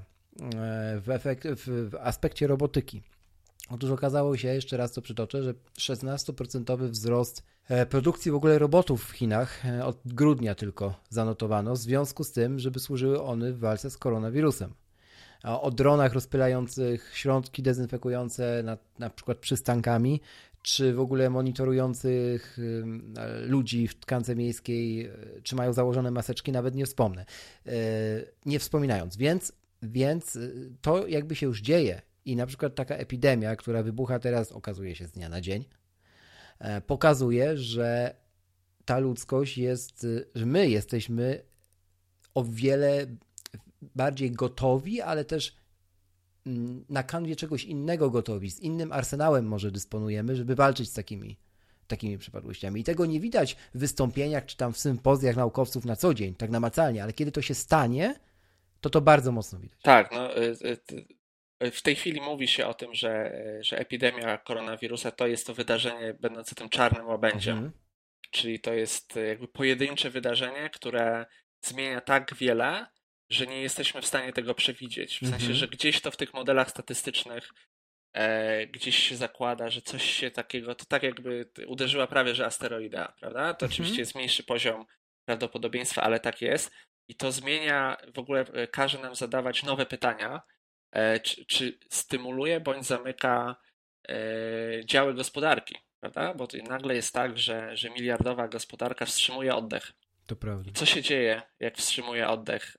w aspekcie robotyki. Otóż okazało się, jeszcze raz to przytoczę, że 16% wzrost produkcji w ogóle robotów w Chinach od grudnia tylko zanotowano w związku z tym, żeby służyły one w walce z koronawirusem. O dronach rozpylających środki dezynfekujące na przykład przystankami, czy w ogóle monitorujących ludzi w tkance miejskiej, czy mają założone maseczki, nawet nie wspomnę. Nie wspominając. Więc to jakby się już dzieje. I na przykład taka epidemia, która wybucha teraz, okazuje się z dnia na dzień, pokazuje, że ta ludzkość jest, że my jesteśmy o wiele bardziej gotowi, ale też na kanwie czegoś innego gotowi, z innym arsenałem może dysponujemy, żeby walczyć z takimi przypadłościami. I tego nie widać w wystąpieniach czy tam w sympozjach naukowców na co dzień, tak namacalnie, ale kiedy to się stanie, to bardzo mocno widać. Tak, no... W tej chwili mówi się o tym, że epidemia koronawirusa to jest to wydarzenie będące tym czarnym łabędziem. Czyli to jest jakby pojedyncze wydarzenie, które zmienia tak wiele, że nie jesteśmy w stanie tego przewidzieć. W sensie, że gdzieś to w tych modelach statystycznych gdzieś się zakłada, że coś się takiego, to tak jakby uderzyła prawie, że asteroida, prawda? To oczywiście jest mniejszy poziom prawdopodobieństwa, ale tak jest. I to zmienia, w ogóle każe nam zadawać nowe pytania, czy stymuluje bądź zamyka działy gospodarki, prawda? Bo nagle jest tak, że miliardowa gospodarka wstrzymuje oddech. To prawda. Co się dzieje, jak wstrzymuje oddech?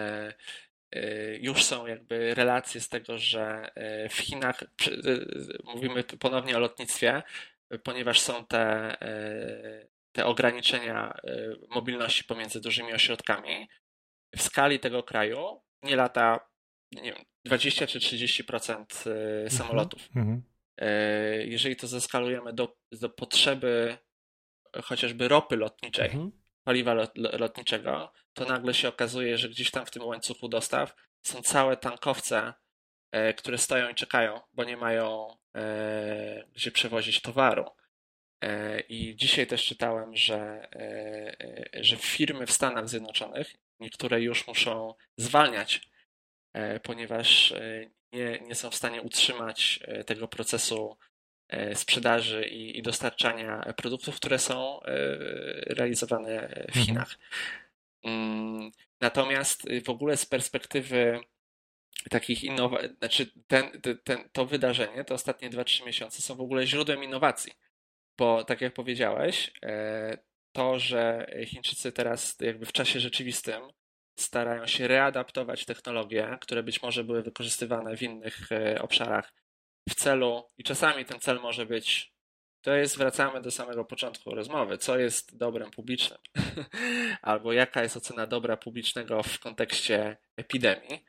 Już są jakby relacje z tego, że w Chinach, mówimy ponownie o lotnictwie, ponieważ są te ograniczenia mobilności pomiędzy dużymi ośrodkami, w skali tego kraju nie lata, nie wiem, 20 czy 30% samolotów. Jeżeli to zeskalujemy do potrzeby chociażby ropy lotniczej, paliwa lotniczego, to nagle się okazuje, że gdzieś tam w tym łańcuchu dostaw są całe tankowce, które stoją i czekają, bo nie mają gdzie przewozić towaru. I dzisiaj też czytałem, że firmy w Stanach Zjednoczonych, niektóre już muszą zwalniać, ponieważ nie są w stanie utrzymać tego procesu sprzedaży i dostarczania produktów, które są realizowane w Chinach. Natomiast w ogóle z perspektywy takich innowacji, znaczy to wydarzenie, te ostatnie 2-3 miesiące są w ogóle źródłem innowacji, bo tak jak powiedziałeś, to, że Chińczycy teraz jakby w czasie rzeczywistym starają się readaptować technologie, które być może były wykorzystywane w innych obszarach w celu, i czasami ten cel może być, wracamy do samego początku rozmowy, co jest dobrem publicznym, albo jaka jest ocena dobra publicznego w kontekście epidemii,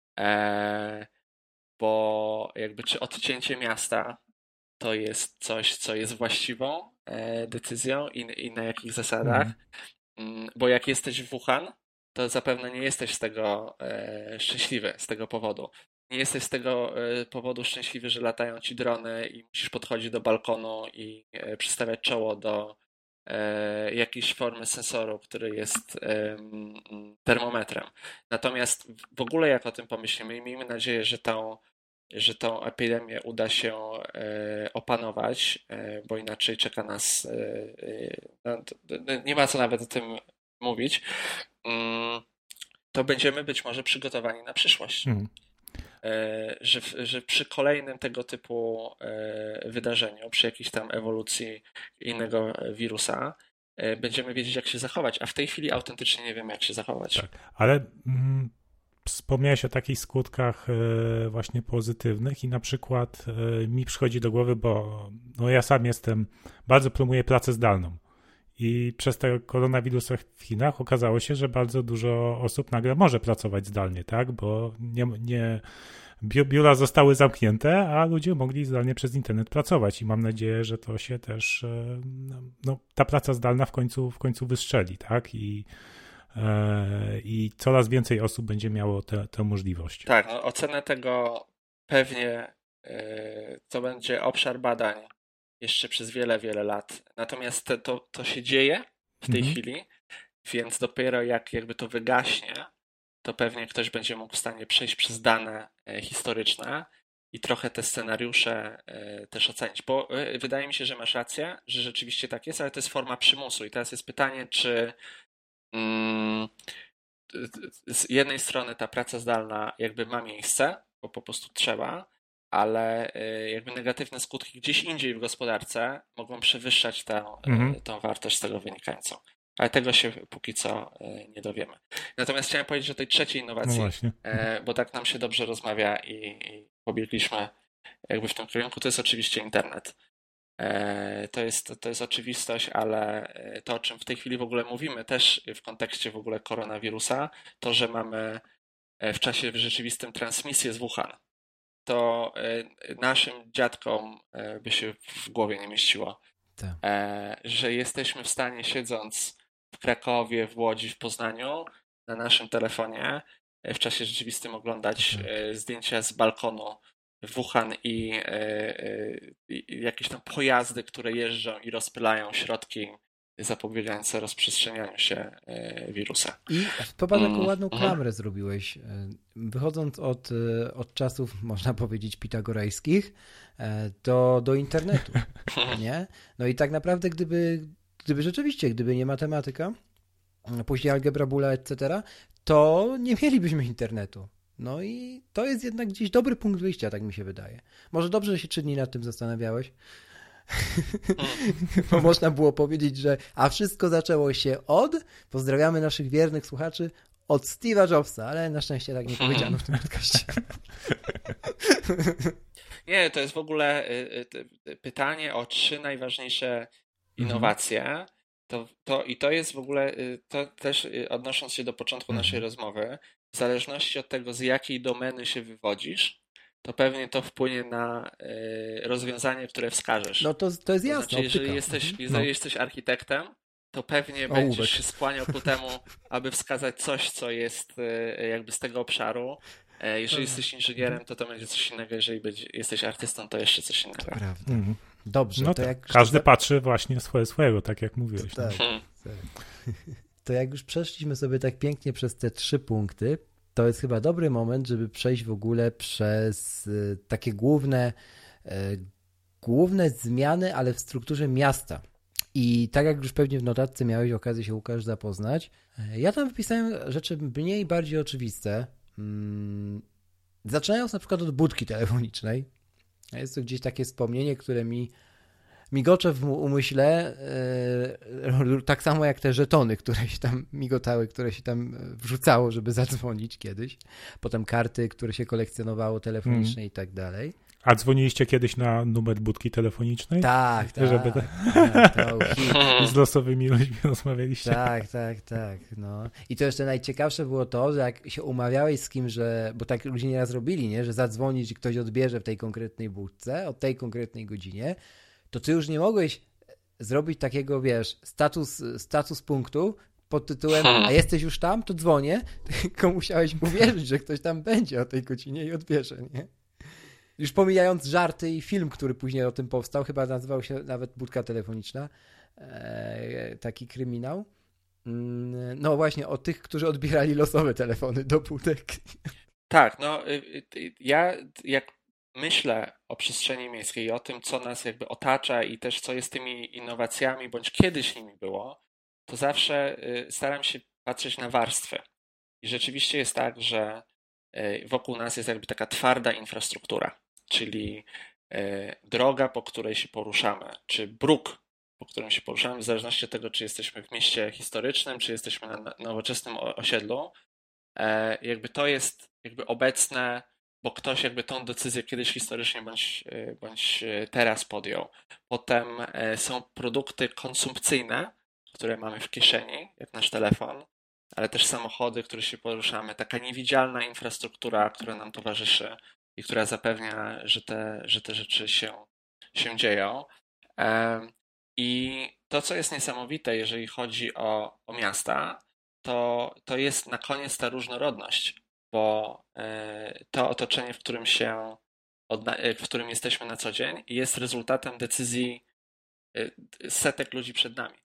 bo jakby czy odcięcie miasta to jest coś, co jest właściwą decyzją i na jakich zasadach, bo jak jesteś w Wuhan, to zapewne nie jesteś z tego szczęśliwy, z tego powodu. Nie jesteś z tego powodu szczęśliwy, że latają ci drony i musisz podchodzić do balkonu i przystawiać czoło do jakiejś formy sensoru, który jest termometrem. Natomiast w ogóle jak o tym pomyślimy i miejmy nadzieję, że tą epidemię uda się opanować, bo inaczej czeka nas, nie ma co nawet o tym mówić, to będziemy być może przygotowani na przyszłość. Że przy kolejnym tego typu wydarzeniu, przy jakiejś tam ewolucji innego wirusa, będziemy wiedzieć, jak się zachować, a w tej chwili autentycznie nie wiemy, jak się zachować. Tak, ale wspomniałeś o takich skutkach właśnie pozytywnych i na przykład mi przychodzi do głowy, bo no ja sam bardzo promuję pracę zdalną i przez tego koronawirusa w Chinach okazało się, że bardzo dużo osób nagle może pracować zdalnie, tak, bo biura zostały zamknięte, a ludzie mogli zdalnie przez internet pracować i mam nadzieję, że to się też, no, ta praca zdalna w końcu wystrzeli, tak, i coraz więcej osób będzie miało tę możliwość. Tak, no, ocenę tego pewnie to będzie obszar badań jeszcze przez wiele, wiele lat. Natomiast to się dzieje w tej chwili, więc dopiero jak jakby to wygaśnie, to pewnie ktoś będzie mógł w stanie przejść przez dane historyczne i trochę te scenariusze też ocenić. Bo wydaje mi się, że masz rację, że rzeczywiście tak jest, ale to jest forma przymusu. I teraz jest pytanie, czy z jednej strony ta praca zdalna jakby ma miejsce, bo po prostu trzeba, ale jakby negatywne skutki gdzieś indziej w gospodarce mogą przewyższać tą wartość z tego wynikającą. Ale tego się póki co nie dowiemy. Natomiast chciałem powiedzieć o tej trzeciej innowacji, bo tak nam się dobrze rozmawia i pobiegliśmy jakby w tym kierunku, to jest oczywiście internet. To jest oczywistość, ale to, o czym w tej chwili w ogóle mówimy, też w kontekście w ogóle koronawirusa, to, że mamy w czasie rzeczywistym transmisję z Wuhan, to naszym dziadkom by się w głowie nie mieściło. Tak. Że jesteśmy w stanie, siedząc w Krakowie, w Łodzi, w Poznaniu, na naszym telefonie w czasie rzeczywistym oglądać zdjęcia z balkonu w Wuhan i jakieś tam pojazdy, które jeżdżą i rozpylają środki zapobiegające rozprzestrzenianiu się wirusa. I popatrz, jaką ładną klamrę zrobiłeś. Wychodząc od czasów, można powiedzieć, pitagorejskich do internetu. Nie? No i tak naprawdę, gdyby rzeczywiście, gdyby nie matematyka, później algebra boola, etc., to nie mielibyśmy internetu. No i to jest jednak gdzieś dobry punkt wyjścia, tak mi się wydaje. Może dobrze, że się 3 dni nad tym zastanawiałeś. Bo można było powiedzieć, że a wszystko zaczęło się pozdrawiamy naszych wiernych słuchaczy, od Steve'a Jobsa, ale na szczęście tak nie powiedziano w tym podcaście. Nie, to jest w ogóle pytanie o 3 najważniejsze innowacje. To jest w ogóle, to też odnosząc się do początku naszej rozmowy, w zależności od tego, z jakiej domeny się wywodzisz, to pewnie to wpłynie na rozwiązanie, które wskażesz. No to jest jasne. Znaczy, jeżeli jesteś architektem, to pewnie będziesz się skłaniał ku temu, aby wskazać coś, co jest jakby z tego obszaru. Jeżeli jesteś inżynierem, to będzie coś innego. Jeżeli jesteś artystą, to jeszcze coś innego. To prawda. Dobrze. No to jak każdy patrzy właśnie swojego, tak jak mówiłeś. To, tak. To jak już przeszliśmy sobie tak pięknie przez te 3 punkty, to jest chyba dobry moment, żeby przejść w ogóle przez takie główne zmiany, ale w strukturze miasta. I tak jak już pewnie w notatce miałeś okazję się, Łukasz, zapoznać, ja tam wypisałem rzeczy mniej bardziej oczywiste. Zaczynając na przykład od budki telefonicznej. Jest to gdzieś takie wspomnienie, które mi migocze w umyśle, tak samo jak te żetony, które się tam migotały, które się tam wrzucało, żeby zadzwonić kiedyś. Potem karty, które się kolekcjonowało telefoniczne i tak dalej. A dzwoniliście kiedyś na numer budki telefonicznej? Tak. Żeby z losowymi ludźmi rozmawialiście? Tak. No. I to jeszcze najciekawsze było to, że jak się umawiałeś z kim, bo tak ludzie nieraz robili, nie? Że zadzwonić i ktoś odbierze w tej konkretnej budce, o tej konkretnej godzinie, to ty już nie mogłeś zrobić takiego, wiesz, status punktu pod tytułem, a jesteś już tam, to dzwonię, tylko musiałeś uwierzyć, że ktoś tam będzie o tej godzinie i odbierze, nie? Już pomijając żarty i film, który później o tym powstał, chyba nazywał się nawet Budka telefoniczna, taki kryminał. No właśnie, o tych, którzy odbierali losowe telefony do budek. Tak, no ja jak myślę o przestrzeni miejskiej i o tym, co nas jakby otacza i też co jest tymi innowacjami, bądź kiedyś nimi było, to zawsze staram się patrzeć na warstwy. I rzeczywiście jest tak, że wokół nas jest jakby taka twarda infrastruktura, czyli droga, po której się poruszamy, czy bruk, po którym się poruszamy, w zależności od tego, czy jesteśmy w mieście historycznym, czy jesteśmy na nowoczesnym osiedlu, Jakby to jest jakby obecne, bo ktoś jakby tą decyzję kiedyś historycznie bądź teraz podjął. Potem są produkty konsumpcyjne, które mamy w kieszeni, jak nasz telefon, ale też samochody, które się poruszamy, taka niewidzialna infrastruktura, która nam towarzyszy i która zapewnia, że te rzeczy się dzieją. I to, co jest niesamowite, jeżeli chodzi o miasta, to jest na koniec ta różnorodność, bo to otoczenie, w którym jesteśmy na co dzień, jest rezultatem decyzji setek ludzi przed nami.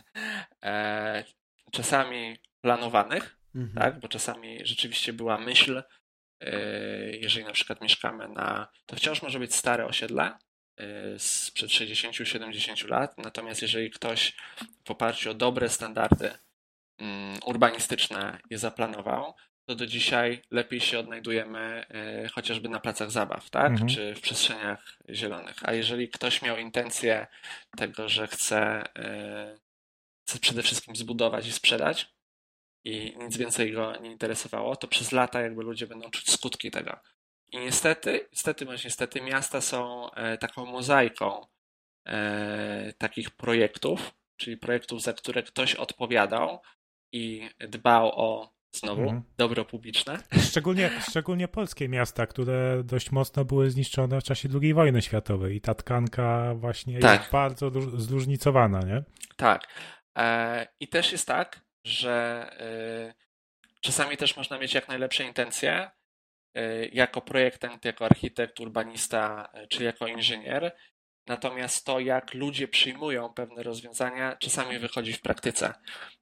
Czasami planowanych, tak? Bo czasami rzeczywiście była myśl, jeżeli na przykład mieszkamy to wciąż może być stare osiedle sprzed 60-70 lat, natomiast jeżeli ktoś w oparciu o dobre standardy urbanistyczne je zaplanował, to do dzisiaj lepiej się odnajdujemy chociażby na placach zabaw, tak? Czy w przestrzeniach zielonych. A jeżeli ktoś miał intencję tego, że chce przede wszystkim zbudować i sprzedać i nic więcej go nie interesowało, to przez lata jakby ludzie będą czuć skutki tego. I niestety miasta są taką mozaiką takich projektów, czyli projektów, za które ktoś odpowiadał i dbał o dobro publiczne. Szczególnie polskie miasta, które dość mocno były zniszczone w czasie II wojny światowej i ta tkanka właśnie jest bardzo zróżnicowana, nie? Tak. I też jest tak, że czasami też można mieć jak najlepsze intencje jako projektant, jako architekt, urbanista czy jako inżynier. Natomiast to, jak ludzie przyjmują pewne rozwiązania, czasami wychodzi w praktyce.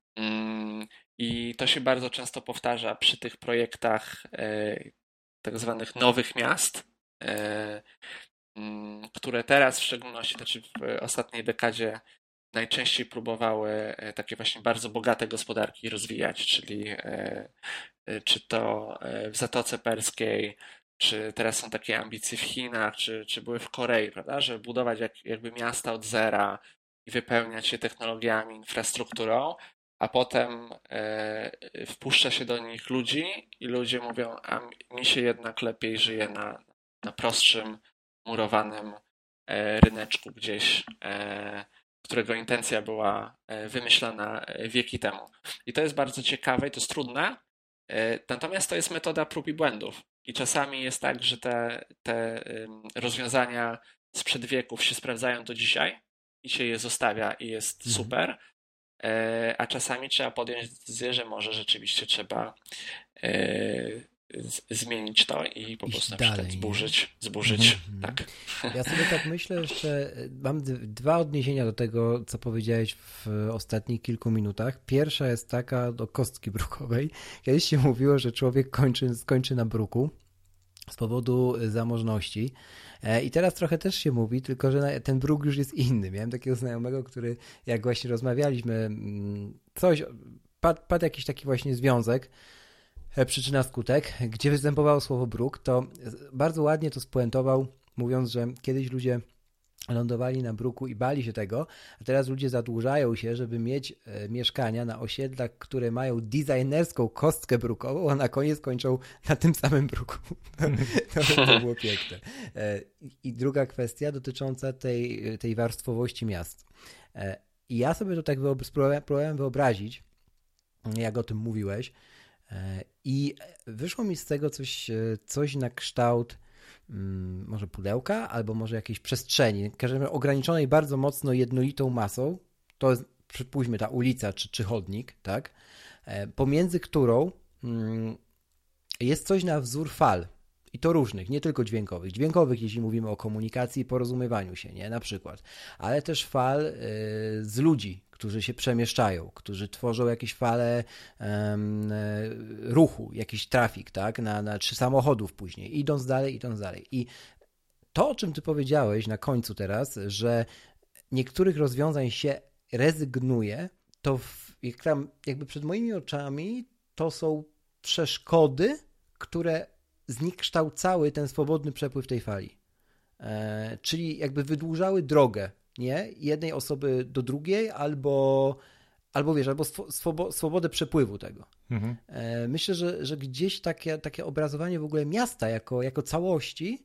I to się bardzo często powtarza przy tych projektach tak zwanych nowych miast, które teraz w szczególności, znaczy w ostatniej dekadzie najczęściej próbowały takie właśnie bardzo bogate gospodarki rozwijać, czyli czy to w Zatoce Perskiej, czy teraz są takie ambicje w Chinach, czy były w Korei, prawda, żeby budować jakby miasta od zera i wypełniać je technologiami, infrastrukturą, a potem wpuszcza się do nich ludzi i ludzie mówią, a mi się jednak lepiej żyje na prostszym, murowanym ryneczku gdzieś, którego intencja była wymyślana wieki temu. I to jest bardzo ciekawe i to jest trudne, natomiast to jest metoda prób i błędów. I czasami jest tak, że te rozwiązania sprzed wieków się sprawdzają do dzisiaj i się je zostawia i jest super, a czasami trzeba podjąć decyzję, że może rzeczywiście trzeba zmienić to i po prostu na przykład zburzyć. Tak. Ja sobie tak myślę, jeszcze mam dwa odniesienia do tego, co powiedziałeś w ostatnich kilku minutach. Pierwsza jest taka do kostki brukowej. Kiedyś się mówiło, że człowiek skończy na bruku z powodu zamożności. I teraz trochę też się mówi, tylko że ten bruk już jest inny. Miałem takiego znajomego, który jak właśnie rozmawialiśmy, padł jakiś taki właśnie związek, przyczyna-skutek, gdzie występowało słowo bruk, to bardzo ładnie to spuentował, mówiąc, że kiedyś ludzie lądowali na bruku i bali się tego, a teraz ludzie zadłużają się, żeby mieć mieszkania na osiedlach, które mają designerską kostkę brukową, a na koniec kończą na tym samym bruku. To było piękne. I druga kwestia dotycząca tej warstwowości miast. I ja sobie to tak próbowałem wyobrazić, jak o tym mówiłeś, i wyszło mi z tego coś na kształt może pudełka, albo może jakiejś przestrzeni, ograniczonej bardzo mocno jednolitą masą, to jest, przypuśćmy, ta ulica czy chodnik, tak, pomiędzy którą jest coś na wzór fal. I to różnych, nie tylko dźwiękowych. Dźwiękowych, jeśli mówimy o komunikacji i porozumiewaniu się, nie, na przykład. Ale też fal z ludzi, którzy się przemieszczają, którzy tworzą jakieś fale ruchu, jakiś trafik, tak, czy samochodów później, idąc dalej. I to, o czym ty powiedziałeś na końcu teraz, że niektórych rozwiązań się rezygnuje, to jakby przed moimi oczami to są przeszkody, które zniekształcały ten swobodny przepływ tej fali. Czyli jakby wydłużały drogę, nie? Jednej osoby do drugiej, albo albo wiesz, albo swobodę przepływu tego. Myślę, że gdzieś takie obrazowanie w ogóle miasta jako całości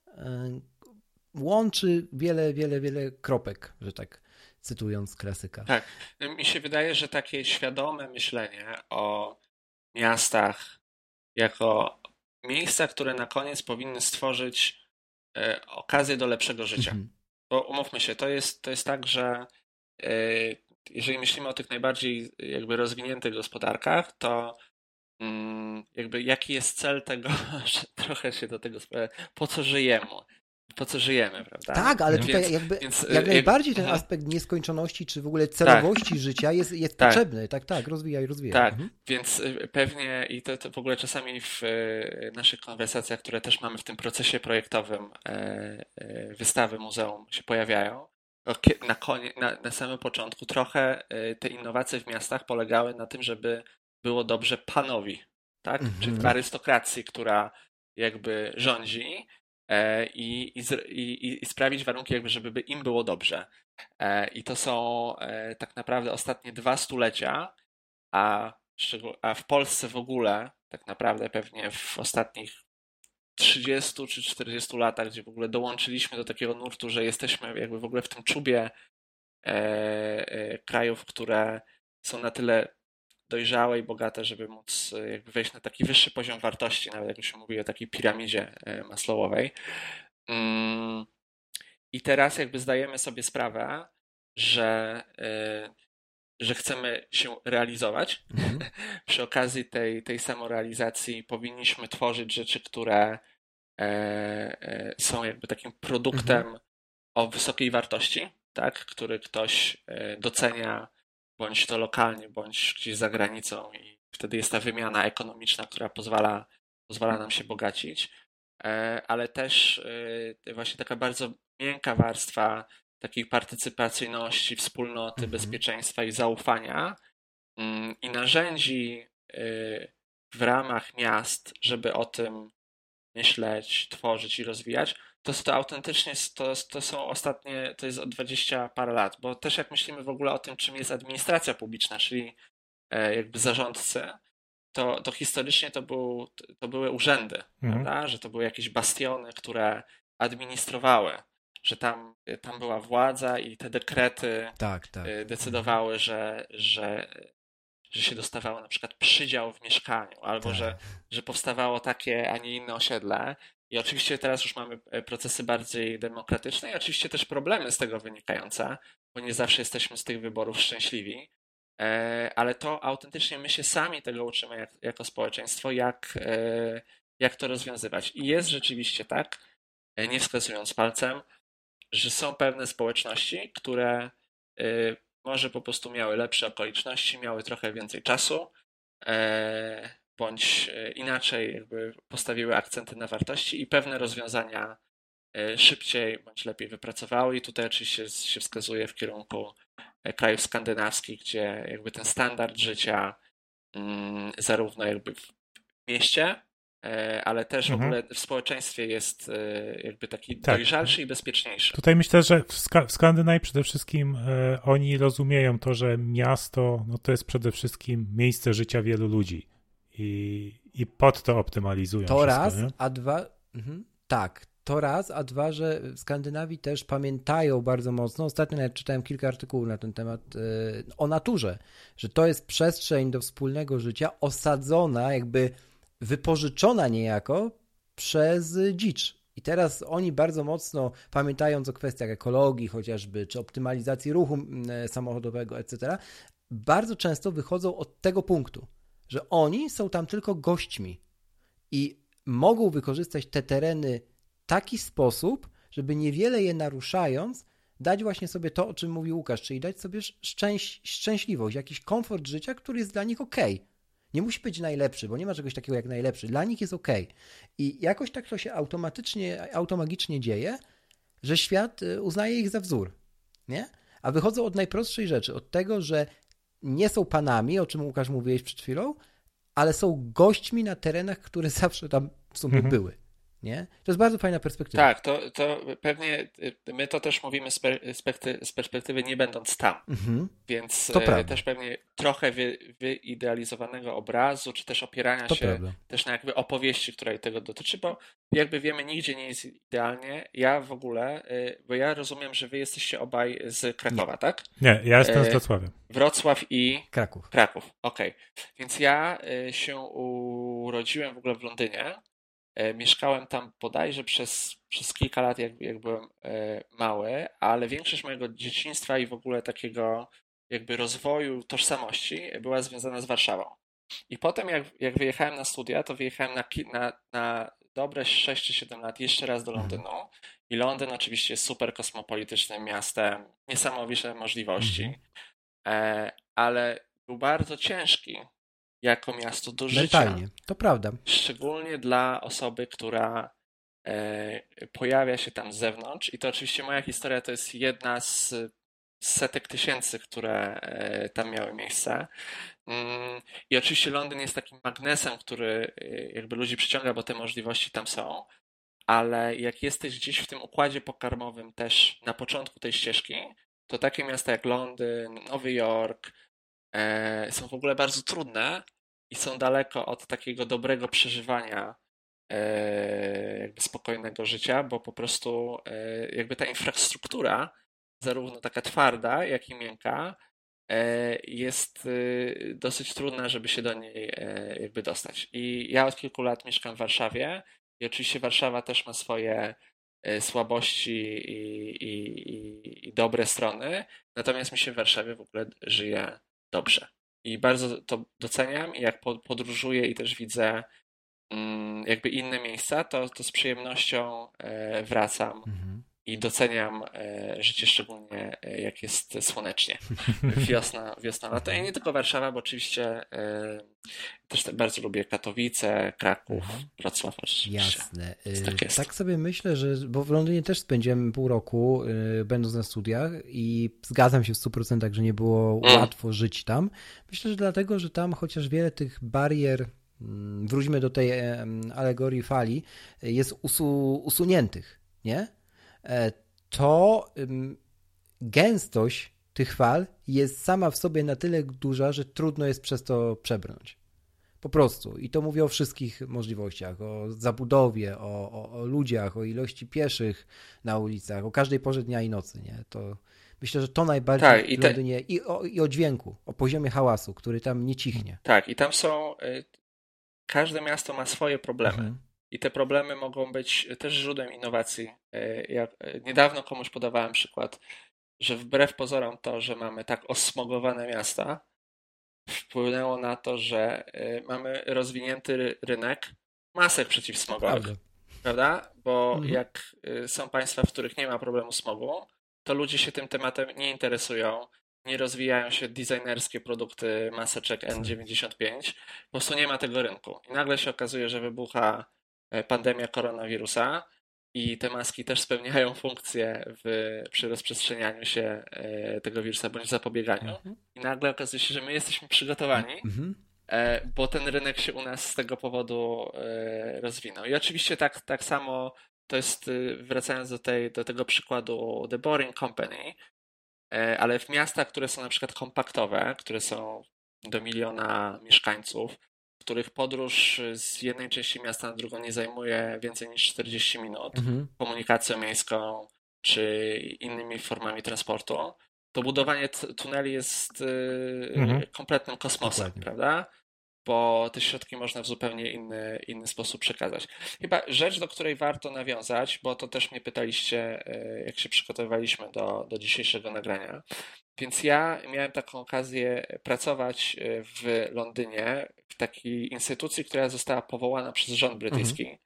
łączy wiele kropek, że tak cytując klasyka. Tak, mi się wydaje, że takie świadome myślenie o miastach jako miejsca, które na koniec powinny stworzyć okazję do lepszego życia. Bo umówmy się, to jest tak, że jeżeli myślimy o tych najbardziej jakby rozwiniętych gospodarkach, to jakby jaki jest cel tego, że trochę się do tego po co żyjemy, prawda? Tak, ale tutaj jak najbardziej ten aspekt nieskończoności, czy w ogóle celowości życia jest potrzebny. Tak, rozwijaj. Tak, więc pewnie i to w ogóle czasami w naszych konwersacjach, które też mamy w tym procesie projektowym wystawy muzeum się pojawiają, na samym początku trochę te innowacje w miastach polegały na tym, żeby było dobrze panowi, tak? Czy w arystokracji, która jakby rządzi i sprawić warunki, jakby, żeby im było dobrze. I to są tak naprawdę ostatnie 2 stulecia, a w Polsce w ogóle tak naprawdę pewnie w ostatnich 30 czy 40 latach, gdzie w ogóle dołączyliśmy do takiego nurtu, że jesteśmy jakby w ogóle w tym czubie krajów, które są na tyle dojrzałe i bogate, żeby móc jakby wejść na taki wyższy poziom wartości, nawet jak już się mówi o takiej piramidzie Maslowowej. I teraz jakby zdajemy sobie sprawę, że chcemy się realizować. Przy okazji tej samorealizacji powinniśmy tworzyć rzeczy, które są jakby takim produktem o wysokiej wartości, tak? Który ktoś docenia bądź to lokalnie, bądź gdzieś za granicą i wtedy jest ta wymiana ekonomiczna, która pozwala nam się bogacić, ale też właśnie taka bardzo miękka warstwa takiej partycypacyjności, wspólnoty, bezpieczeństwa i zaufania i narzędzi w ramach miast, żeby o tym myśleć, tworzyć i rozwijać, to autentycznie to są ostatnie, to jest od 20 parę lat, bo też jak myślimy w ogóle o tym, czym jest administracja publiczna, czyli jakby zarządcy, to historycznie to były urzędy, prawda? Że to były jakieś bastiony, które administrowały, że tam była władza i te dekrety decydowały, że się dostawało na przykład przydział w mieszkaniu, albo że powstawało takie, a nie inne osiedle. I oczywiście teraz już mamy procesy bardziej demokratyczne i oczywiście też problemy z tego wynikające, bo nie zawsze jesteśmy z tych wyborów szczęśliwi, ale to autentycznie my się sami tego uczymy jako społeczeństwo, jak to rozwiązywać. I jest rzeczywiście tak, nie wskazując palcem, że są pewne społeczności, które może po prostu miały lepsze okoliczności, miały trochę więcej czasu, bądź inaczej jakby postawiły akcenty na wartości i pewne rozwiązania szybciej bądź lepiej wypracowały. I tutaj oczywiście się wskazuje w kierunku krajów skandynawskich, gdzie jakby ten standard życia zarówno jakby w mieście, ale też w ogóle w społeczeństwie jest jakby taki dojrzalszy i bezpieczniejszy. Tutaj myślę, że w Skandynawii przede wszystkim oni rozumieją to, że miasto to jest przede wszystkim miejsce życia wielu ludzi i pod to optymalizują to wszystko. Raz, nie? a dwa, to raz, a dwa, że w Skandynawii też pamiętają bardzo mocno, ostatnio nawet czytałem kilka artykułów na ten temat, o naturze, że to jest przestrzeń do wspólnego życia osadzona, jakby wypożyczona niejako przez dzicz. I teraz oni bardzo mocno, pamiętając o kwestiach ekologii chociażby, czy optymalizacji ruchu samochodowego, etc., bardzo często wychodzą od tego punktu, że oni są tam tylko gośćmi i mogą wykorzystać te tereny w taki sposób, żeby niewiele je naruszając, dać właśnie sobie to, o czym mówił Łukasz, czyli dać sobie szczęśliwość, jakiś komfort życia, który jest dla nich okej. Nie musi być najlepszy, bo nie ma czegoś takiego jak najlepszy. Dla nich jest okej. I jakoś tak to się automagicznie dzieje, że świat uznaje ich za wzór. Nie? A wychodzą od najprostszej rzeczy, od tego, że nie są panami, o czym Łukasz mówiłeś przed chwilą, ale są gośćmi na terenach, które zawsze tam w sumie były. Nie? To jest bardzo fajna perspektywa. Tak, to pewnie my to też mówimy z perspektywy nie będąc tam, więc też pewnie trochę wyidealizowanego obrazu, czy też opierania się też na jakby opowieści, której tego dotyczy, bo jakby wiemy, nigdzie nie jest idealnie. Ja w ogóle, bo ja rozumiem, że wy jesteście obaj z Krakowa, tak? Nie, ja jestem z Wrocławia. Wrocław i Kraków, okej. Więc ja się urodziłem w ogóle w Londynie. Mieszkałem tam bodajże przez kilka lat, jak byłem mały, ale większość mojego dzieciństwa i w ogóle takiego jakby rozwoju tożsamości była związana z Warszawą. I potem jak wyjechałem na studia, to wyjechałem na dobre 6 czy 7 lat jeszcze raz do Londynu. I Londyn oczywiście jest super kosmopolitycznym miastem, niesamowite możliwości, ale był bardzo ciężki jako miasto do życia. Mentalnie, to prawda. Szczególnie dla osoby, która pojawia się tam z zewnątrz. I to oczywiście moja historia to jest jedna z setek tysięcy, które tam miały miejsce. I oczywiście Londyn jest takim magnesem, który jakby ludzi przyciąga, bo te możliwości tam są. Ale jak jesteś gdzieś w tym układzie pokarmowym też na początku tej ścieżki, to takie miasta jak Londyn, Nowy Jork są w ogóle bardzo trudne i są daleko od takiego dobrego przeżywania jakby spokojnego życia, bo po prostu jakby ta infrastruktura, zarówno taka twarda, jak i miękka, jest dosyć trudna, żeby się do niej jakby dostać. I ja od kilku lat mieszkam w Warszawie i oczywiście Warszawa też ma swoje słabości i dobre strony, natomiast mi się w Warszawie w ogóle żyje dobrze. I bardzo to doceniam i jak podróżuję i też widzę jakby inne miejsca, to z przyjemnością wracam i doceniam życie, szczególnie jak jest słonecznie. Wiosna, lato. I nie tylko Warszawa, bo oczywiście też bardzo lubię Katowice, Kraków, Wrocław oczywiście. Jasne. Tak sobie myślę, że bo w Londynie też spędziłem pół roku będąc na studiach i zgadzam się w 100%, że nie było łatwo żyć tam. Myślę, że dlatego, że tam chociaż wiele tych barier, wróćmy do tej alegorii fali, jest usuniętych, nie? To gęstość tych fal jest sama w sobie na tyle duża, że trudno jest przez to przebrnąć. Po prostu. I to mówię o wszystkich możliwościach, o zabudowie, o ludziach, o ilości pieszych na ulicach, o każdej porze dnia i nocy. Nie? To myślę, że to najbardziej w Londynie i o dźwięku, o poziomie hałasu, który tam nie cichnie. Tak, i tam są, każde miasto ma swoje problemy. I te problemy mogą być też źródłem innowacji. Ja niedawno komuś podawałem przykład, że wbrew pozorom to, że mamy tak osmogowane miasta, wpłynęło na to, że mamy rozwinięty rynek masek przeciwsmogowych. Prawda? Bo jak są państwa, w których nie ma problemu smogu, to ludzie się tym tematem nie interesują, nie rozwijają się designerskie produkty maseczek N95, po prostu nie ma tego rynku. I nagle się okazuje, że wybucha pandemia koronawirusa i te maski też spełniają funkcję przy rozprzestrzenianiu się tego wirusa bądź zapobieganiu. I nagle okazuje się, że my jesteśmy przygotowani, bo ten rynek się u nas z tego powodu rozwinął. I oczywiście tak samo to jest, wracając do tego przykładu The Boring Company, ale w miastach, które są na przykład kompaktowe, które są do 1 miliona mieszkańców, w których podróż z jednej części miasta na drugą nie zajmuje więcej niż 40 minut, komunikacją miejską czy innymi formami transportu, to budowanie tuneli jest kompletnym kosmosem, Dokładnie. prawda? Bo te środki można w zupełnie inny sposób przekazać. Chyba rzecz, do której warto nawiązać, bo to też mnie pytaliście, jak się przygotowywaliśmy do dzisiejszego nagrania. Więc ja miałem taką okazję pracować w Londynie w takiej instytucji, która została powołana przez rząd brytyjski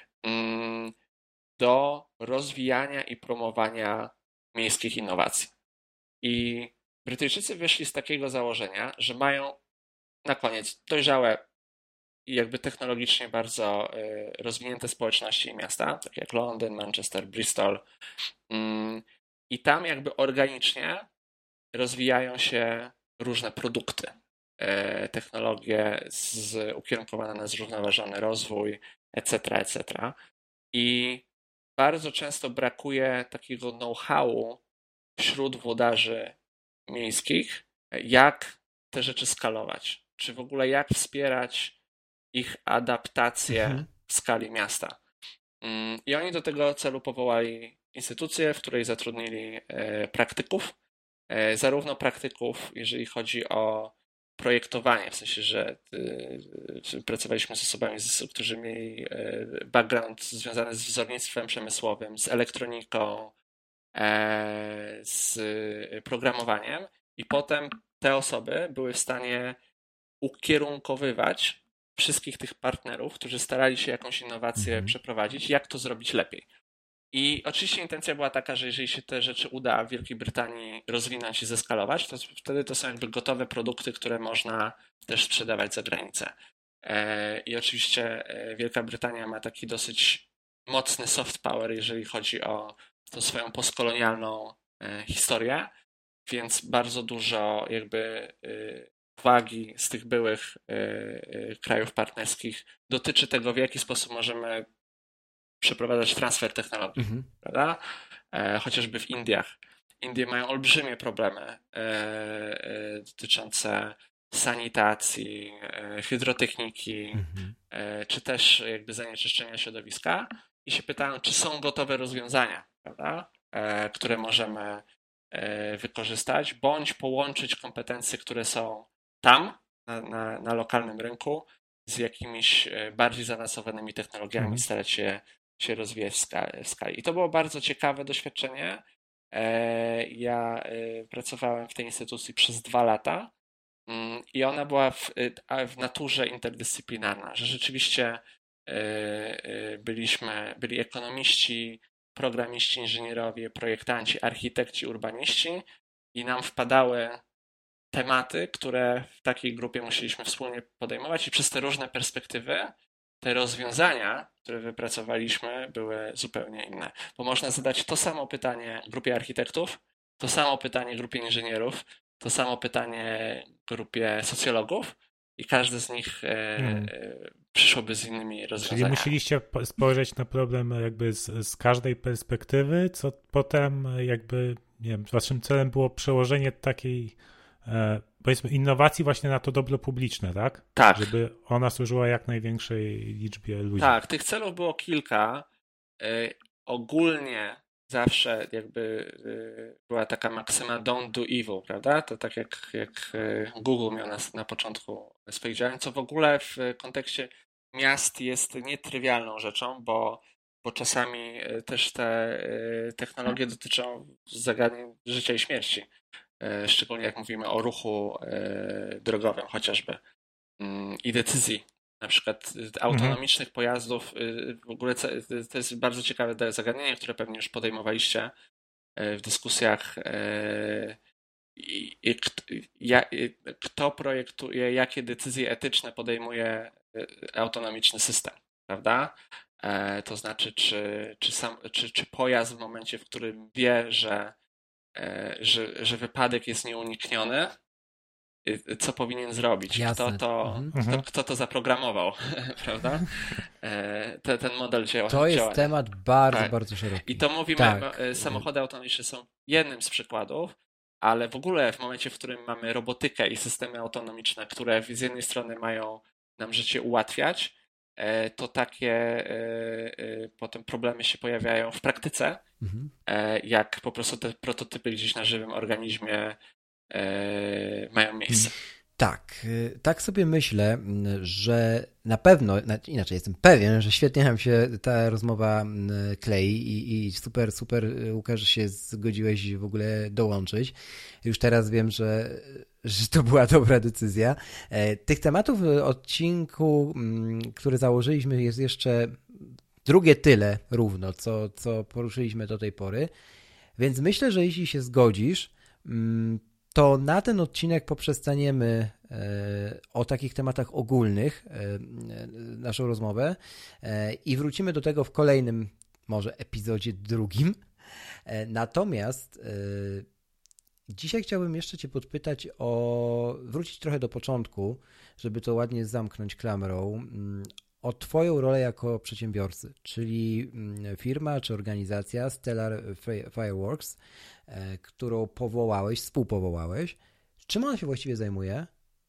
do rozwijania i promowania miejskich innowacji. I Brytyjczycy wyszli z takiego założenia, że mają na koniec dojrzałe i jakby technologicznie bardzo rozwinięte społeczności i miasta, takie jak Londyn, Manchester, Bristol. I tam jakby organicznie rozwijają się różne produkty, technologie ukierunkowane na zrównoważony rozwój, etc., etc. I bardzo często brakuje takiego know-howu wśród włodarzy miejskich, jak te rzeczy skalować, czy w ogóle jak wspierać ich adaptację w skali miasta. I oni do tego celu powołali instytucję, w której zatrudnili praktyków, zarówno praktyków, jeżeli chodzi o projektowanie, w sensie, że pracowaliśmy z osobami, którzy mieli background związany z wzornictwem przemysłowym, z elektroniką, z programowaniem i potem te osoby były w stanie ukierunkowywać wszystkich tych partnerów, którzy starali się jakąś innowację przeprowadzić, jak to zrobić lepiej. I oczywiście intencja była taka, że jeżeli się te rzeczy uda w Wielkiej Brytanii rozwinąć i zeskalować, to wtedy to są jakby gotowe produkty, które można też sprzedawać za granicę. I oczywiście Wielka Brytania ma taki dosyć mocny soft power, jeżeli chodzi o tą swoją postkolonialną historię, więc bardzo dużo jakby uwagi z tych byłych krajów partnerskich dotyczy tego, w jaki sposób możemy przeprowadzać transfer technologii, prawda? Chociażby w Indiach. Indie mają olbrzymie problemy dotyczące sanitacji, hydrotechniki, czy też jakby zanieczyszczenia środowiska i się pytają, czy są gotowe rozwiązania, prawda? Które możemy wykorzystać, bądź połączyć kompetencje, które są tam, na lokalnym rynku, z jakimiś bardziej zaawansowanymi technologiami, starać się rozwijać w skali. I to było bardzo ciekawe doświadczenie. Ja pracowałem w tej instytucji przez 2 lata i ona była w naturze interdyscyplinarna, że rzeczywiście byli ekonomiści, programiści, inżynierowie, projektanci, architekci, urbaniści i nam wpadały tematy, które w takiej grupie musieliśmy wspólnie podejmować i przez te różne perspektywy te rozwiązania, które wypracowaliśmy, były zupełnie inne. Bo można zadać to samo pytanie grupie architektów, to samo pytanie grupie inżynierów, to samo pytanie grupie socjologów i każdy z nich przyszłoby z innymi rozwiązaniami. Czyli musieliście spojrzeć na problem jakby z każdej perspektywy, co potem jakby, nie wiem, waszym celem było przełożenie takiej powiedzmy innowacji właśnie na to dobro publiczne, tak? Tak. Żeby ona służyła jak największej liczbie ludzi. Tak, tych celów było kilka. Ogólnie zawsze jakby była taka maksyma don't do evil, prawda? To tak jak Google miał na początku swoich działań, co w ogóle w kontekście miast jest nietrywialną rzeczą, bo czasami też te technologie dotyczą zagadnień życia i śmierci. Szczególnie jak mówimy o ruchu drogowym chociażby i decyzji, na przykład autonomicznych pojazdów. W ogóle to jest bardzo ciekawe zagadnienie, które pewnie już podejmowaliście w dyskusjach. Kto projektuje, jakie decyzje etyczne podejmuje autonomiczny system, prawda? To znaczy, czy pojazd w momencie, w którym wie, że wypadek jest nieunikniony, co powinien zrobić, kto to zaprogramował, prawda? Ten model działa. To jest temat bardzo, bardzo szeroki. I to mówimy, samochody autonomiczne są jednym z przykładów, ale w ogóle w momencie, w którym mamy robotykę i systemy autonomiczne, które z jednej strony mają nam życie ułatwiać, to takie potem problemy się pojawiają w praktyce, jak po prostu te prototypy gdzieś na żywym organizmie mają miejsce. Tak sobie myślę, że na pewno, inaczej jestem pewien, że świetnie nam się ta rozmowa klei i super, Łukasz, że się zgodziłeś w ogóle dołączyć. Już teraz wiem, że to była dobra decyzja. Tych tematów w odcinku, który założyliśmy, jest jeszcze drugie tyle równo, co poruszyliśmy do tej pory. Więc myślę, że jeśli się zgodzisz, to na ten odcinek poprzestaniemy o takich tematach ogólnych naszą rozmowę i wrócimy do tego w kolejnym może epizodzie drugim. Natomiast dzisiaj chciałbym jeszcze Cię podpytać wrócić trochę do początku, żeby to ładnie zamknąć klamrą, o twoją rolę jako przedsiębiorcy, czyli firma czy organizacja Stellar Fireworks, którą współpowołałeś. Czym ona się właściwie zajmuje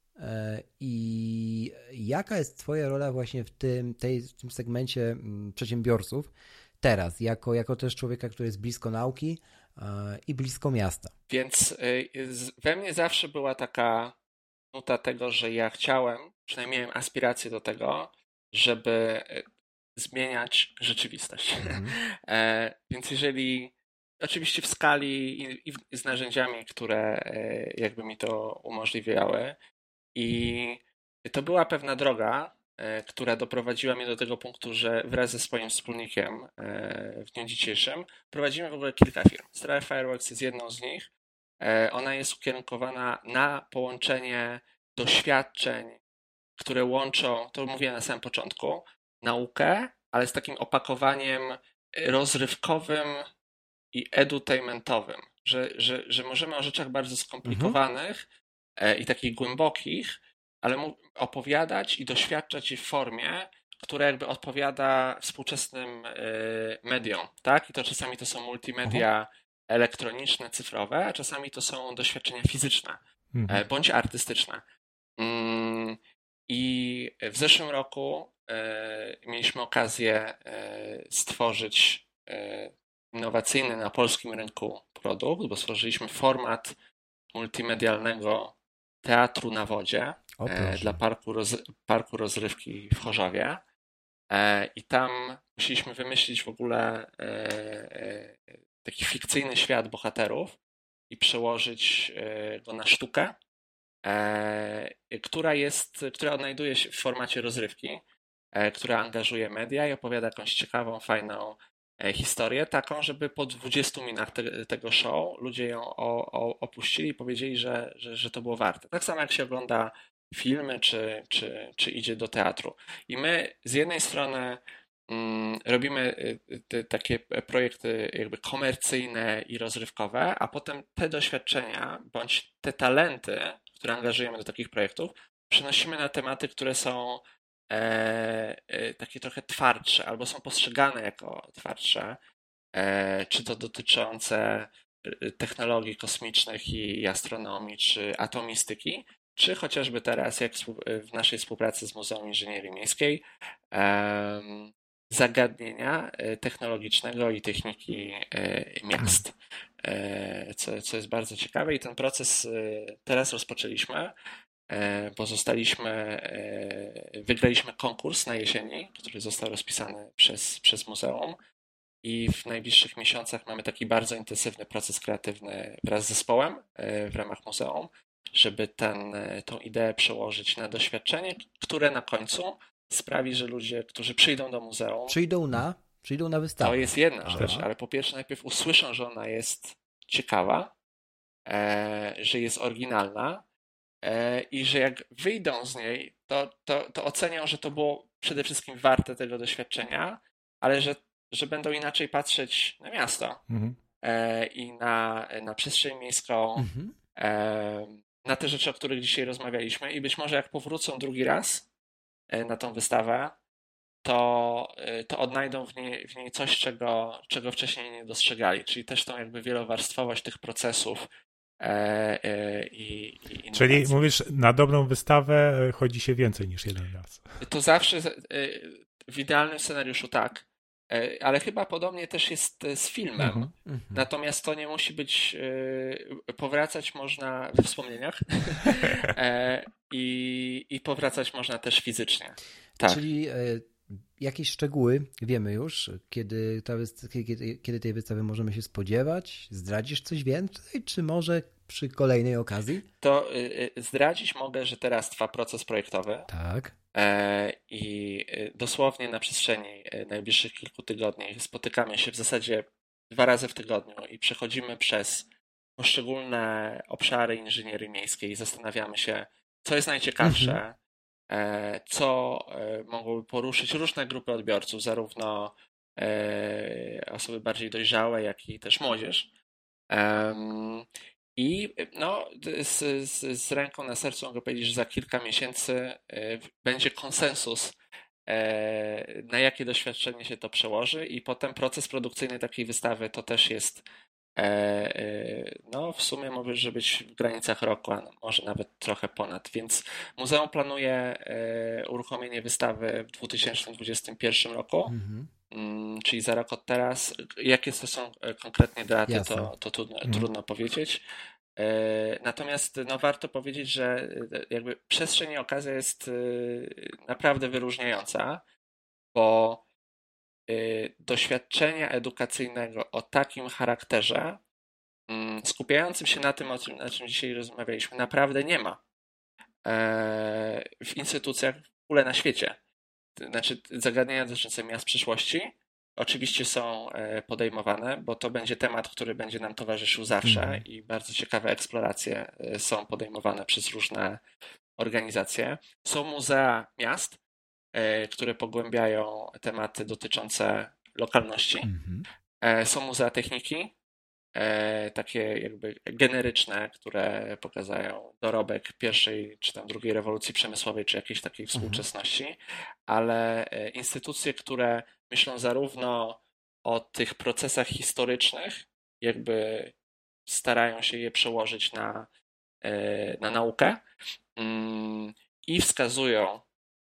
i jaka jest twoja rola właśnie w tym segmencie przedsiębiorców teraz, jako też człowieka, który jest blisko nauki i blisko miasta? Więc we mnie zawsze była taka nuta tego, że ja chciałem, przynajmniej miałem aspiracje do tego, żeby zmieniać rzeczywistość. Więc jeżeli oczywiście w skali i z narzędziami, które jakby mi to umożliwiały, i to była pewna droga, która doprowadziła mnie do tego punktu, że wraz ze swoim wspólnikiem w dniu dzisiejszym prowadzimy w ogóle kilka firm. Stellar Fireworks jest jedną z nich. Ona jest ukierunkowana na połączenie doświadczeń, które łączą, to mówiłem na samym początku, naukę, ale z takim opakowaniem rozrywkowym i edutainmentowym, że możemy o rzeczach bardzo skomplikowanych i takich głębokich, ale opowiadać i doświadczać je w formie, która jakby odpowiada współczesnym mediom, tak? I to czasami to są multimedia elektroniczne, cyfrowe, a czasami to są doświadczenia fizyczne bądź artystyczne. I w zeszłym roku mieliśmy okazję stworzyć innowacyjny na polskim rynku produkt, bo stworzyliśmy format multimedialnego teatru na wodzie dla parku rozrywki w Chorzowie. I tam musieliśmy wymyślić w ogóle taki fikcyjny świat bohaterów i przełożyć go na sztukę, która odnajduje się w formacie rozrywki, która angażuje media i opowiada jakąś ciekawą, fajną historię, taką, żeby po 20 minutach tego show ludzie ją opuścili i powiedzieli, że to było warte. Tak samo jak się ogląda filmy, czy idzie do teatru. I my z jednej strony robimy takie projekty jakby komercyjne i rozrywkowe, a potem te doświadczenia bądź te talenty, które angażujemy do takich projektów, przenosimy na tematy, które są takie trochę twardsze, albo są postrzegane jako twardsze, czy to dotyczące technologii kosmicznych i astronomii, czy atomistyki, czy chociażby teraz, jak w naszej współpracy z Muzeum Inżynierii Miejskiej, zagadnienia technologicznego i techniki miast, co jest bardzo ciekawe i ten proces teraz rozpoczęliśmy, bo wygraliśmy konkurs na jesieni, który został rozpisany przez muzeum i w najbliższych miesiącach mamy taki bardzo intensywny proces kreatywny wraz z zespołem w ramach muzeum, żeby tą ideę przełożyć na doświadczenie, które na końcu sprawi, że ludzie, którzy przyjdą do muzeum... Przyjdą na wystawę. To jest jedna rzecz, ale po pierwsze najpierw usłyszą, że ona jest ciekawa, że jest oryginalna i że jak wyjdą z niej, to ocenią, że to było przede wszystkim warte tego doświadczenia, ale że będą inaczej patrzeć na miasto i na przestrzeń miejską, na te rzeczy, o których dzisiaj rozmawialiśmy i być może jak powrócą drugi raz na tą wystawę, to odnajdą w niej coś, czego wcześniej nie dostrzegali, czyli też tą jakby wielowarstwowość tych procesów. Czyli mówisz, na dobrą wystawę chodzi się więcej niż jeden raz. To zawsze w idealnym scenariuszu tak, ale chyba podobnie też jest z filmem. Natomiast to nie musi być, powracać można we wspomnieniach i powracać można też fizycznie. Tak. Czyli jakieś szczegóły wiemy już, kiedy tej wystawy możemy się spodziewać? Zdradzisz coś więcej, czy może przy kolejnej okazji? To zdradzić mogę, że teraz trwa proces projektowy. Tak. I dosłownie na przestrzeni najbliższych kilku tygodni spotykamy się w zasadzie 2 razy w tygodniu i przechodzimy przez poszczególne obszary inżynierii miejskiej i zastanawiamy się, co jest najciekawsze, co mogłyby poruszyć różne grupy odbiorców, zarówno osoby bardziej dojrzałe, jak i też młodzież. I no, z ręką na sercu mogę powiedzieć, że za kilka miesięcy będzie konsensus na jakie doświadczenie się to przełoży i potem proces produkcyjny takiej wystawy to też jest no w sumie może być w granicach roku, a może nawet trochę ponad, więc muzeum planuje uruchomienie wystawy w 2021 roku, czyli za rok od teraz. Jakie to są konkretnie daty, to trudno powiedzieć. Natomiast no, warto powiedzieć, że jakby przestrzeń i okazja jest naprawdę wyróżniająca, bo doświadczenia edukacyjnego o takim charakterze, skupiającym się na tym, o czym dzisiaj rozmawialiśmy, naprawdę nie ma w instytucjach w ogóle na świecie. Znaczy zagadnienia dotyczące miast przyszłości oczywiście są podejmowane, bo to będzie temat, który będzie nam towarzyszył zawsze i bardzo ciekawe eksploracje są podejmowane przez różne organizacje. Są muzea miast, które pogłębiają tematy dotyczące lokalności. Są muzea techniki, takie jakby generyczne, które pokazują dorobek pierwszej czy tam drugiej rewolucji przemysłowej, czy jakiejś takiej współczesności, ale instytucje, które myślą zarówno o tych procesach historycznych, jakby starają się je przełożyć na naukę i wskazują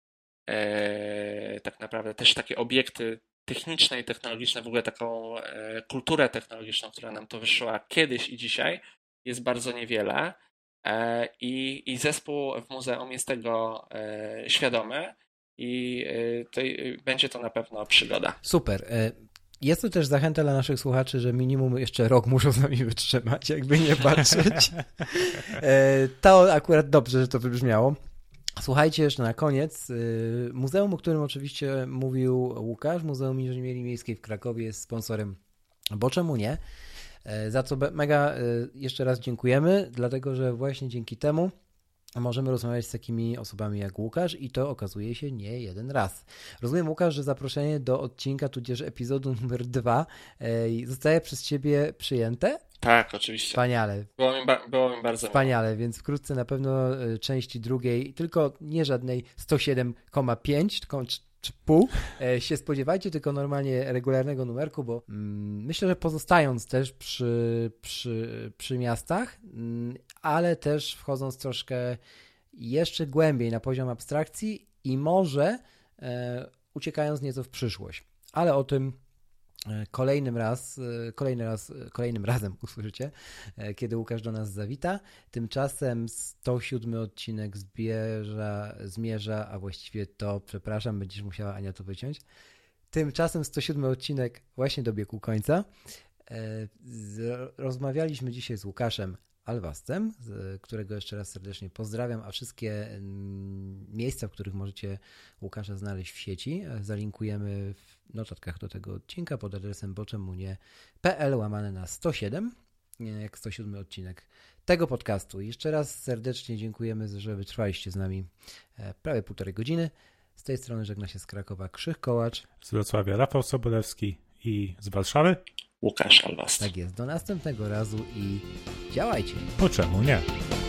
tak naprawdę też takie obiekty techniczne i technologiczne, w ogóle taką kulturę technologiczną, która nam towarzyszyła kiedyś i dzisiaj, jest bardzo niewiele i zespół w muzeum jest tego świadomy i będzie to na pewno przygoda. Super. Jest to też zachęta dla naszych słuchaczy, że minimum jeszcze rok muszą z nami wytrzymać, jakby nie patrzeć. To akurat dobrze, że to wybrzmiało. Słuchajcie, jeszcze na koniec, muzeum, o którym oczywiście mówił Łukasz, Muzeum Inżynierii Miejskiej w Krakowie jest sponsorem, bo czemu nie, za co mega jeszcze raz dziękujemy, dlatego że właśnie dzięki temu możemy rozmawiać z takimi osobami jak Łukasz i to okazuje się nie jeden raz. Rozumiem, Łukasz, że zaproszenie do odcinka, tudzież epizodu numer 2 zostaje przez Ciebie przyjęte? Tak, oczywiście. Wspaniale. Było mi bardzo Wspaniale, miło. Więc wkrótce na pewno części drugiej, tylko nie żadnej 107,5, tylko czy pół się spodziewajcie, tylko normalnie regularnego numerku, bo myślę, że pozostając też przy miastach, ale też wchodząc troszkę jeszcze głębiej na poziom abstrakcji i może uciekając nieco w przyszłość. Ale o tym kolejnym razem usłyszycie, kiedy Łukasz do nas zawita. Tymczasem 107 odcinek zmierza, a właściwie to, przepraszam, będziesz musiała, Ania, to wyciąć. Tymczasem 107 odcinek właśnie dobiegł końca. Rozmawialiśmy dzisiaj z Łukaszem Alwastem, którego jeszcze raz serdecznie pozdrawiam, a wszystkie miejsca, w których możecie Łukasza znaleźć w sieci, zalinkujemy w notatkach do tego odcinka pod adresem boczemunie.pl/107, jak 107 odcinek tego podcastu. Jeszcze raz serdecznie dziękujemy, że wytrwaliście z nami prawie 1,5 godziny. Z tej strony żegna się z Krakowa Krzych Kołacz, z Wrocławia Rafał Sobolewski i z Warszawy Łukasz Alwast. Tak jest, do następnego razu i działajcie. Po czemu nie?